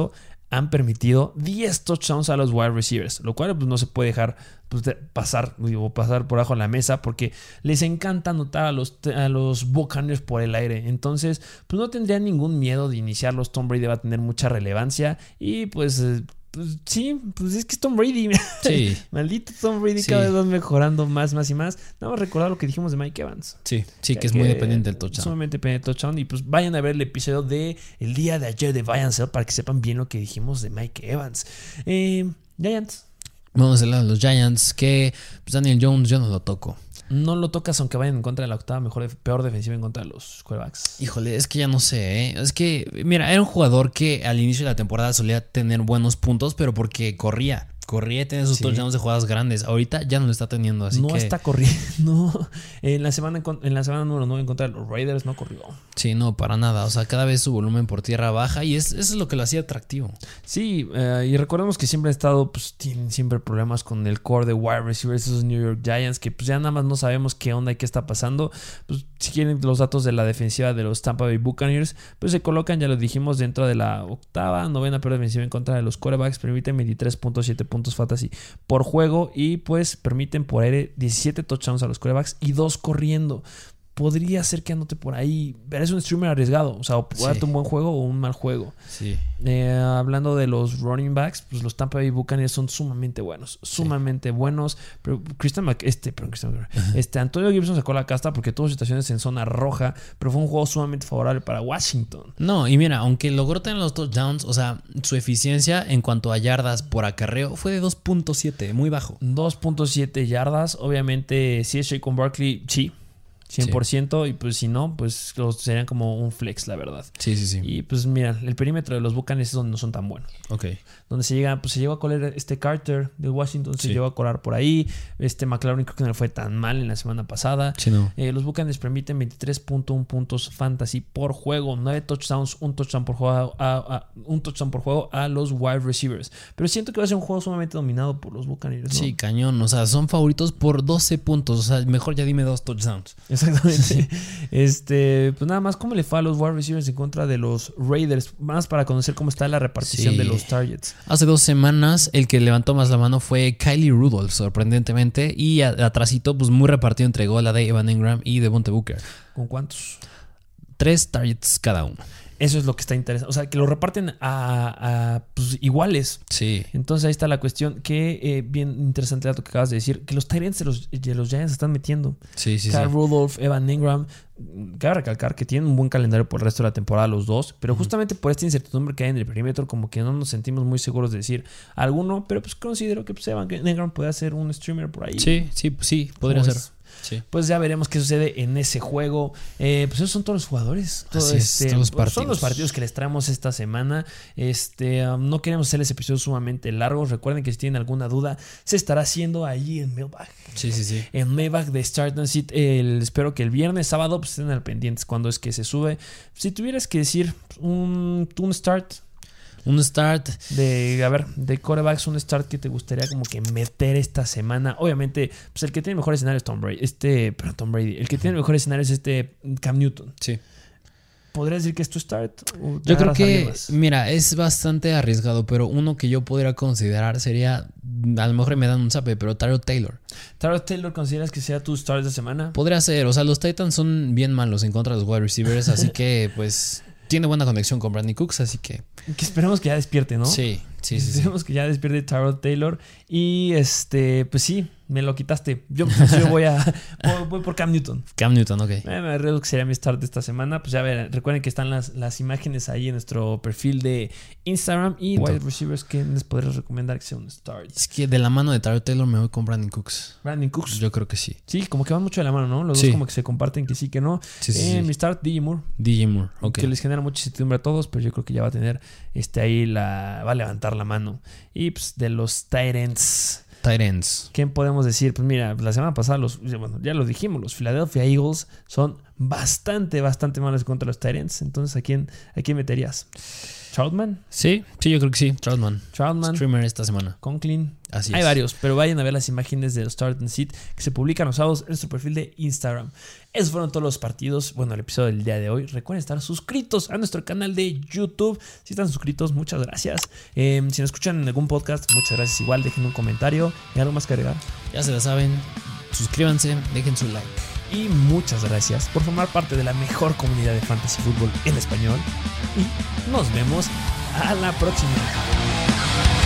han permitido diez touchdowns a los wide receivers, lo cual pues, no se puede dejar pues, de pasar, digo, pasar por abajo de la mesa porque les encanta anotar a los, a los Buccaneers por el aire. Entonces, pues no tendría ningún miedo de iniciarlos. Tom Brady va a tener mucha relevancia y pues... Pues sí, pues es que es Tom Brady. Sí. Maldito Tom Brady, Sí. cada vez va mejorando más, más y más. Nada más recordar lo que dijimos de Mike Evans. Sí, sí, que es muy dependiente del touchdown. Sumamente dependiente del touchdown. Y pues vayan a ver el episodio de el día de ayer de Buy and Sell para que sepan bien lo que dijimos de Mike Evans. Eh, Giants. Vamos a hablar de los Giants, que pues Daniel Jones yo no lo toco. No lo tocas aunque vayan en contra de la octava mejor, peor defensiva en contra de los quarterbacks. Híjole, es que ya no sé, ¿eh? Es que, mira, era un jugador que al inicio de la temporada solía tener buenos puntos, pero porque corría. Corría y tenía sus Sí. touchdowns de jugadas grandes. Ahorita ya no lo está teniendo, así no que... está corriendo. En la semana en la semana número nueve en contra de los Raiders no corrió. Sí, no, para nada. O sea, cada vez su volumen por tierra baja y es, eso es lo que lo hacía atractivo. Sí, eh, y recordemos que siempre ha estado, pues tienen siempre problemas con el core de wide receivers, esos New York Giants, que pues ya nada más no sabemos qué onda y qué está pasando. Pues si quieren los datos de la defensiva de los Tampa Bay Buccaneers, pues se colocan, ya lo dijimos, dentro de la octava, novena peor defensiva en contra de los quarterbacks, permiten veintitrés punto siete puntos fantasy por juego y pues permiten por aire diecisiete touchdowns a los quarterbacks y dos corriendo. Podría ser que anote por ahí, pero es un streamer arriesgado, o sea, o puede Sí. darte un buen juego o un mal juego. Sí. Eh, hablando de los running backs, pues los Tampa Bay Buccaneers son sumamente buenos, sumamente sí. buenos. Pero Christian Mac, este, pero Christian Mac, este Antonio Gibson sacó la casta porque tuvo situaciones en zona roja, pero fue un juego sumamente favorable para Washington. No, y mira, aunque logró tener los touchdowns, o sea, su eficiencia en cuanto a yardas por acarreo fue de dos punto siete, muy bajo. dos punto siete yardas, obviamente si es Saquon Barkley, sí. cien por ciento, sí. Y pues si no, pues serían como un flex, la verdad. Sí, sí, sí. Y pues mira, el perímetro de los Buccaneers es donde no son tan buenos. Ok. Donde se llega, pues se llegó a colar este Carter de Washington, se sí. llegó a colar por ahí. Este McLaurin creo que no le fue tan mal en la semana pasada. Sí, no. Eh, los Buccaneers permiten veintitrés punto uno puntos fantasy por juego, nueve touchdowns, un touchdown por juego a, a, un touchdown por juego a los wide receivers. Pero siento que va a ser un juego sumamente dominado por los Buccaneers, ¿no? Sí, cañón. O sea, son favoritos por doce puntos. O sea, mejor ya dime dos touchdowns. Exactamente. Sí. Este, pues nada más, ¿cómo le fue a los wide receivers en contra de los Raiders? Más para conocer cómo está la repartición sí. de los targets. Hace dos semanas el que levantó más la mano fue Kylie Rudolph, sorprendentemente. Y atrasito, pues muy repartido, entregó la de Evan Engram y Devontae Booker. ¿Con cuántos? Tres targets cada uno. Eso es lo que está interesante. O sea, que lo reparten a, a pues, iguales. Sí. Entonces ahí está la cuestión. Que eh, bien interesante dato que acabas de decir. Que los Tyrants de los, de los Giants están metiendo. Sí, sí, Kyle sí. Rudolph, Evan Engram. Cabe recalcar que tienen un buen calendario por el resto de la temporada los dos. Pero uh-huh. justamente por esta incertidumbre que hay en el perímetro, como que no nos sentimos muy seguros de decir alguno. Pero pues considero que pues, Evan Engram puede ser un streamer por ahí. Sí, sí, sí, podría ser. Es? Sí. Pues ya veremos qué sucede en ese juego. Eh, pues esos son todos los jugadores. Todo Así este, es, todos los partidos. Son los partidos que les traemos esta semana. Este, um, no queremos hacerles episodios sumamente largos. Recuerden que si tienen alguna duda, se estará haciendo ahí en Mailbag. Sí, sí, sí. En Mailbag de Start and Sit. El, espero que el viernes, sábado, pues estén al pendientes cuando es que se sube. Si tuvieras que decir un, un start. Un start de, a ver, de quarterbacks, un start que te gustaría como que meter esta semana. Obviamente, pues el que tiene mejor escenario es Tom Brady. Este, perdón, Tom Brady. El que tiene mejor escenario es este Cam Newton. Sí. ¿Podrías decir que es tu start? Yo creo que, mira, es bastante arriesgado, pero uno que yo podría considerar sería, a lo mejor me dan un zape, pero Tyrod Taylor. ¿Tyrod Taylor consideras que sea tu start de semana? Podría ser, o sea, los Titans son bien malos en contra de los wide receivers, así que, pues, tiene buena conexión con Brandon Cooks, así que... Que esperemos que ya despierte, ¿no? Sí, sí, sí. Esperemos sí. que ya despierte Tyrod Taylor. Y este, pues sí, me lo quitaste. Yo, yo voy a voy, voy por Cam Newton. Cam Newton, ok. Eh, me arriesgo que sería mi start de esta semana. Pues ya ver, recuerden que están las, las imágenes ahí en nuestro perfil de Instagram. Y wide receivers, ¿qué les podrías recomendar que sea un start? Es que de la mano de Tyrod Taylor me voy con Brandon Cooks. Brandon Cooks. Yo creo que sí. Sí, como que van mucho de la mano, ¿no? Los sí. dos como que se comparten que sí, que no. Sí, sí, eh, sí. Mi start, D J Moore. D J Moore, ok. Que les genera mucha incertidumbre a todos, pero yo creo que ya va a tener este ahí la... va a levantar la mano. Y pues de los Titans... Titans. ¿Qué podemos decir? Pues mira, la semana pasada, los, bueno, ya lo dijimos, los Philadelphia Eagles son bastante, bastante malos contra los Titans. Entonces, ¿a quién, a quién meterías? Troutman. Sí, sí, yo creo que sí. Troutman. Troutman. Streamer esta semana. Conklin. Así Hay es. varios, pero vayan a ver las imágenes de los Start and Sit que se publican los sábados en nuestro perfil de Instagram. Esos fueron todos los partidos, bueno, el episodio del día de hoy. Recuerden estar suscritos a nuestro canal de YouTube. Si están suscritos, muchas gracias. Eh, si nos escuchan en algún podcast, muchas gracias igual. Dejen un comentario y algo más que agregar. Ya se la saben. Suscríbanse, dejen su like. Y muchas gracias por formar parte de la mejor comunidad de fantasy fútbol en español. Y nos vemos a la próxima.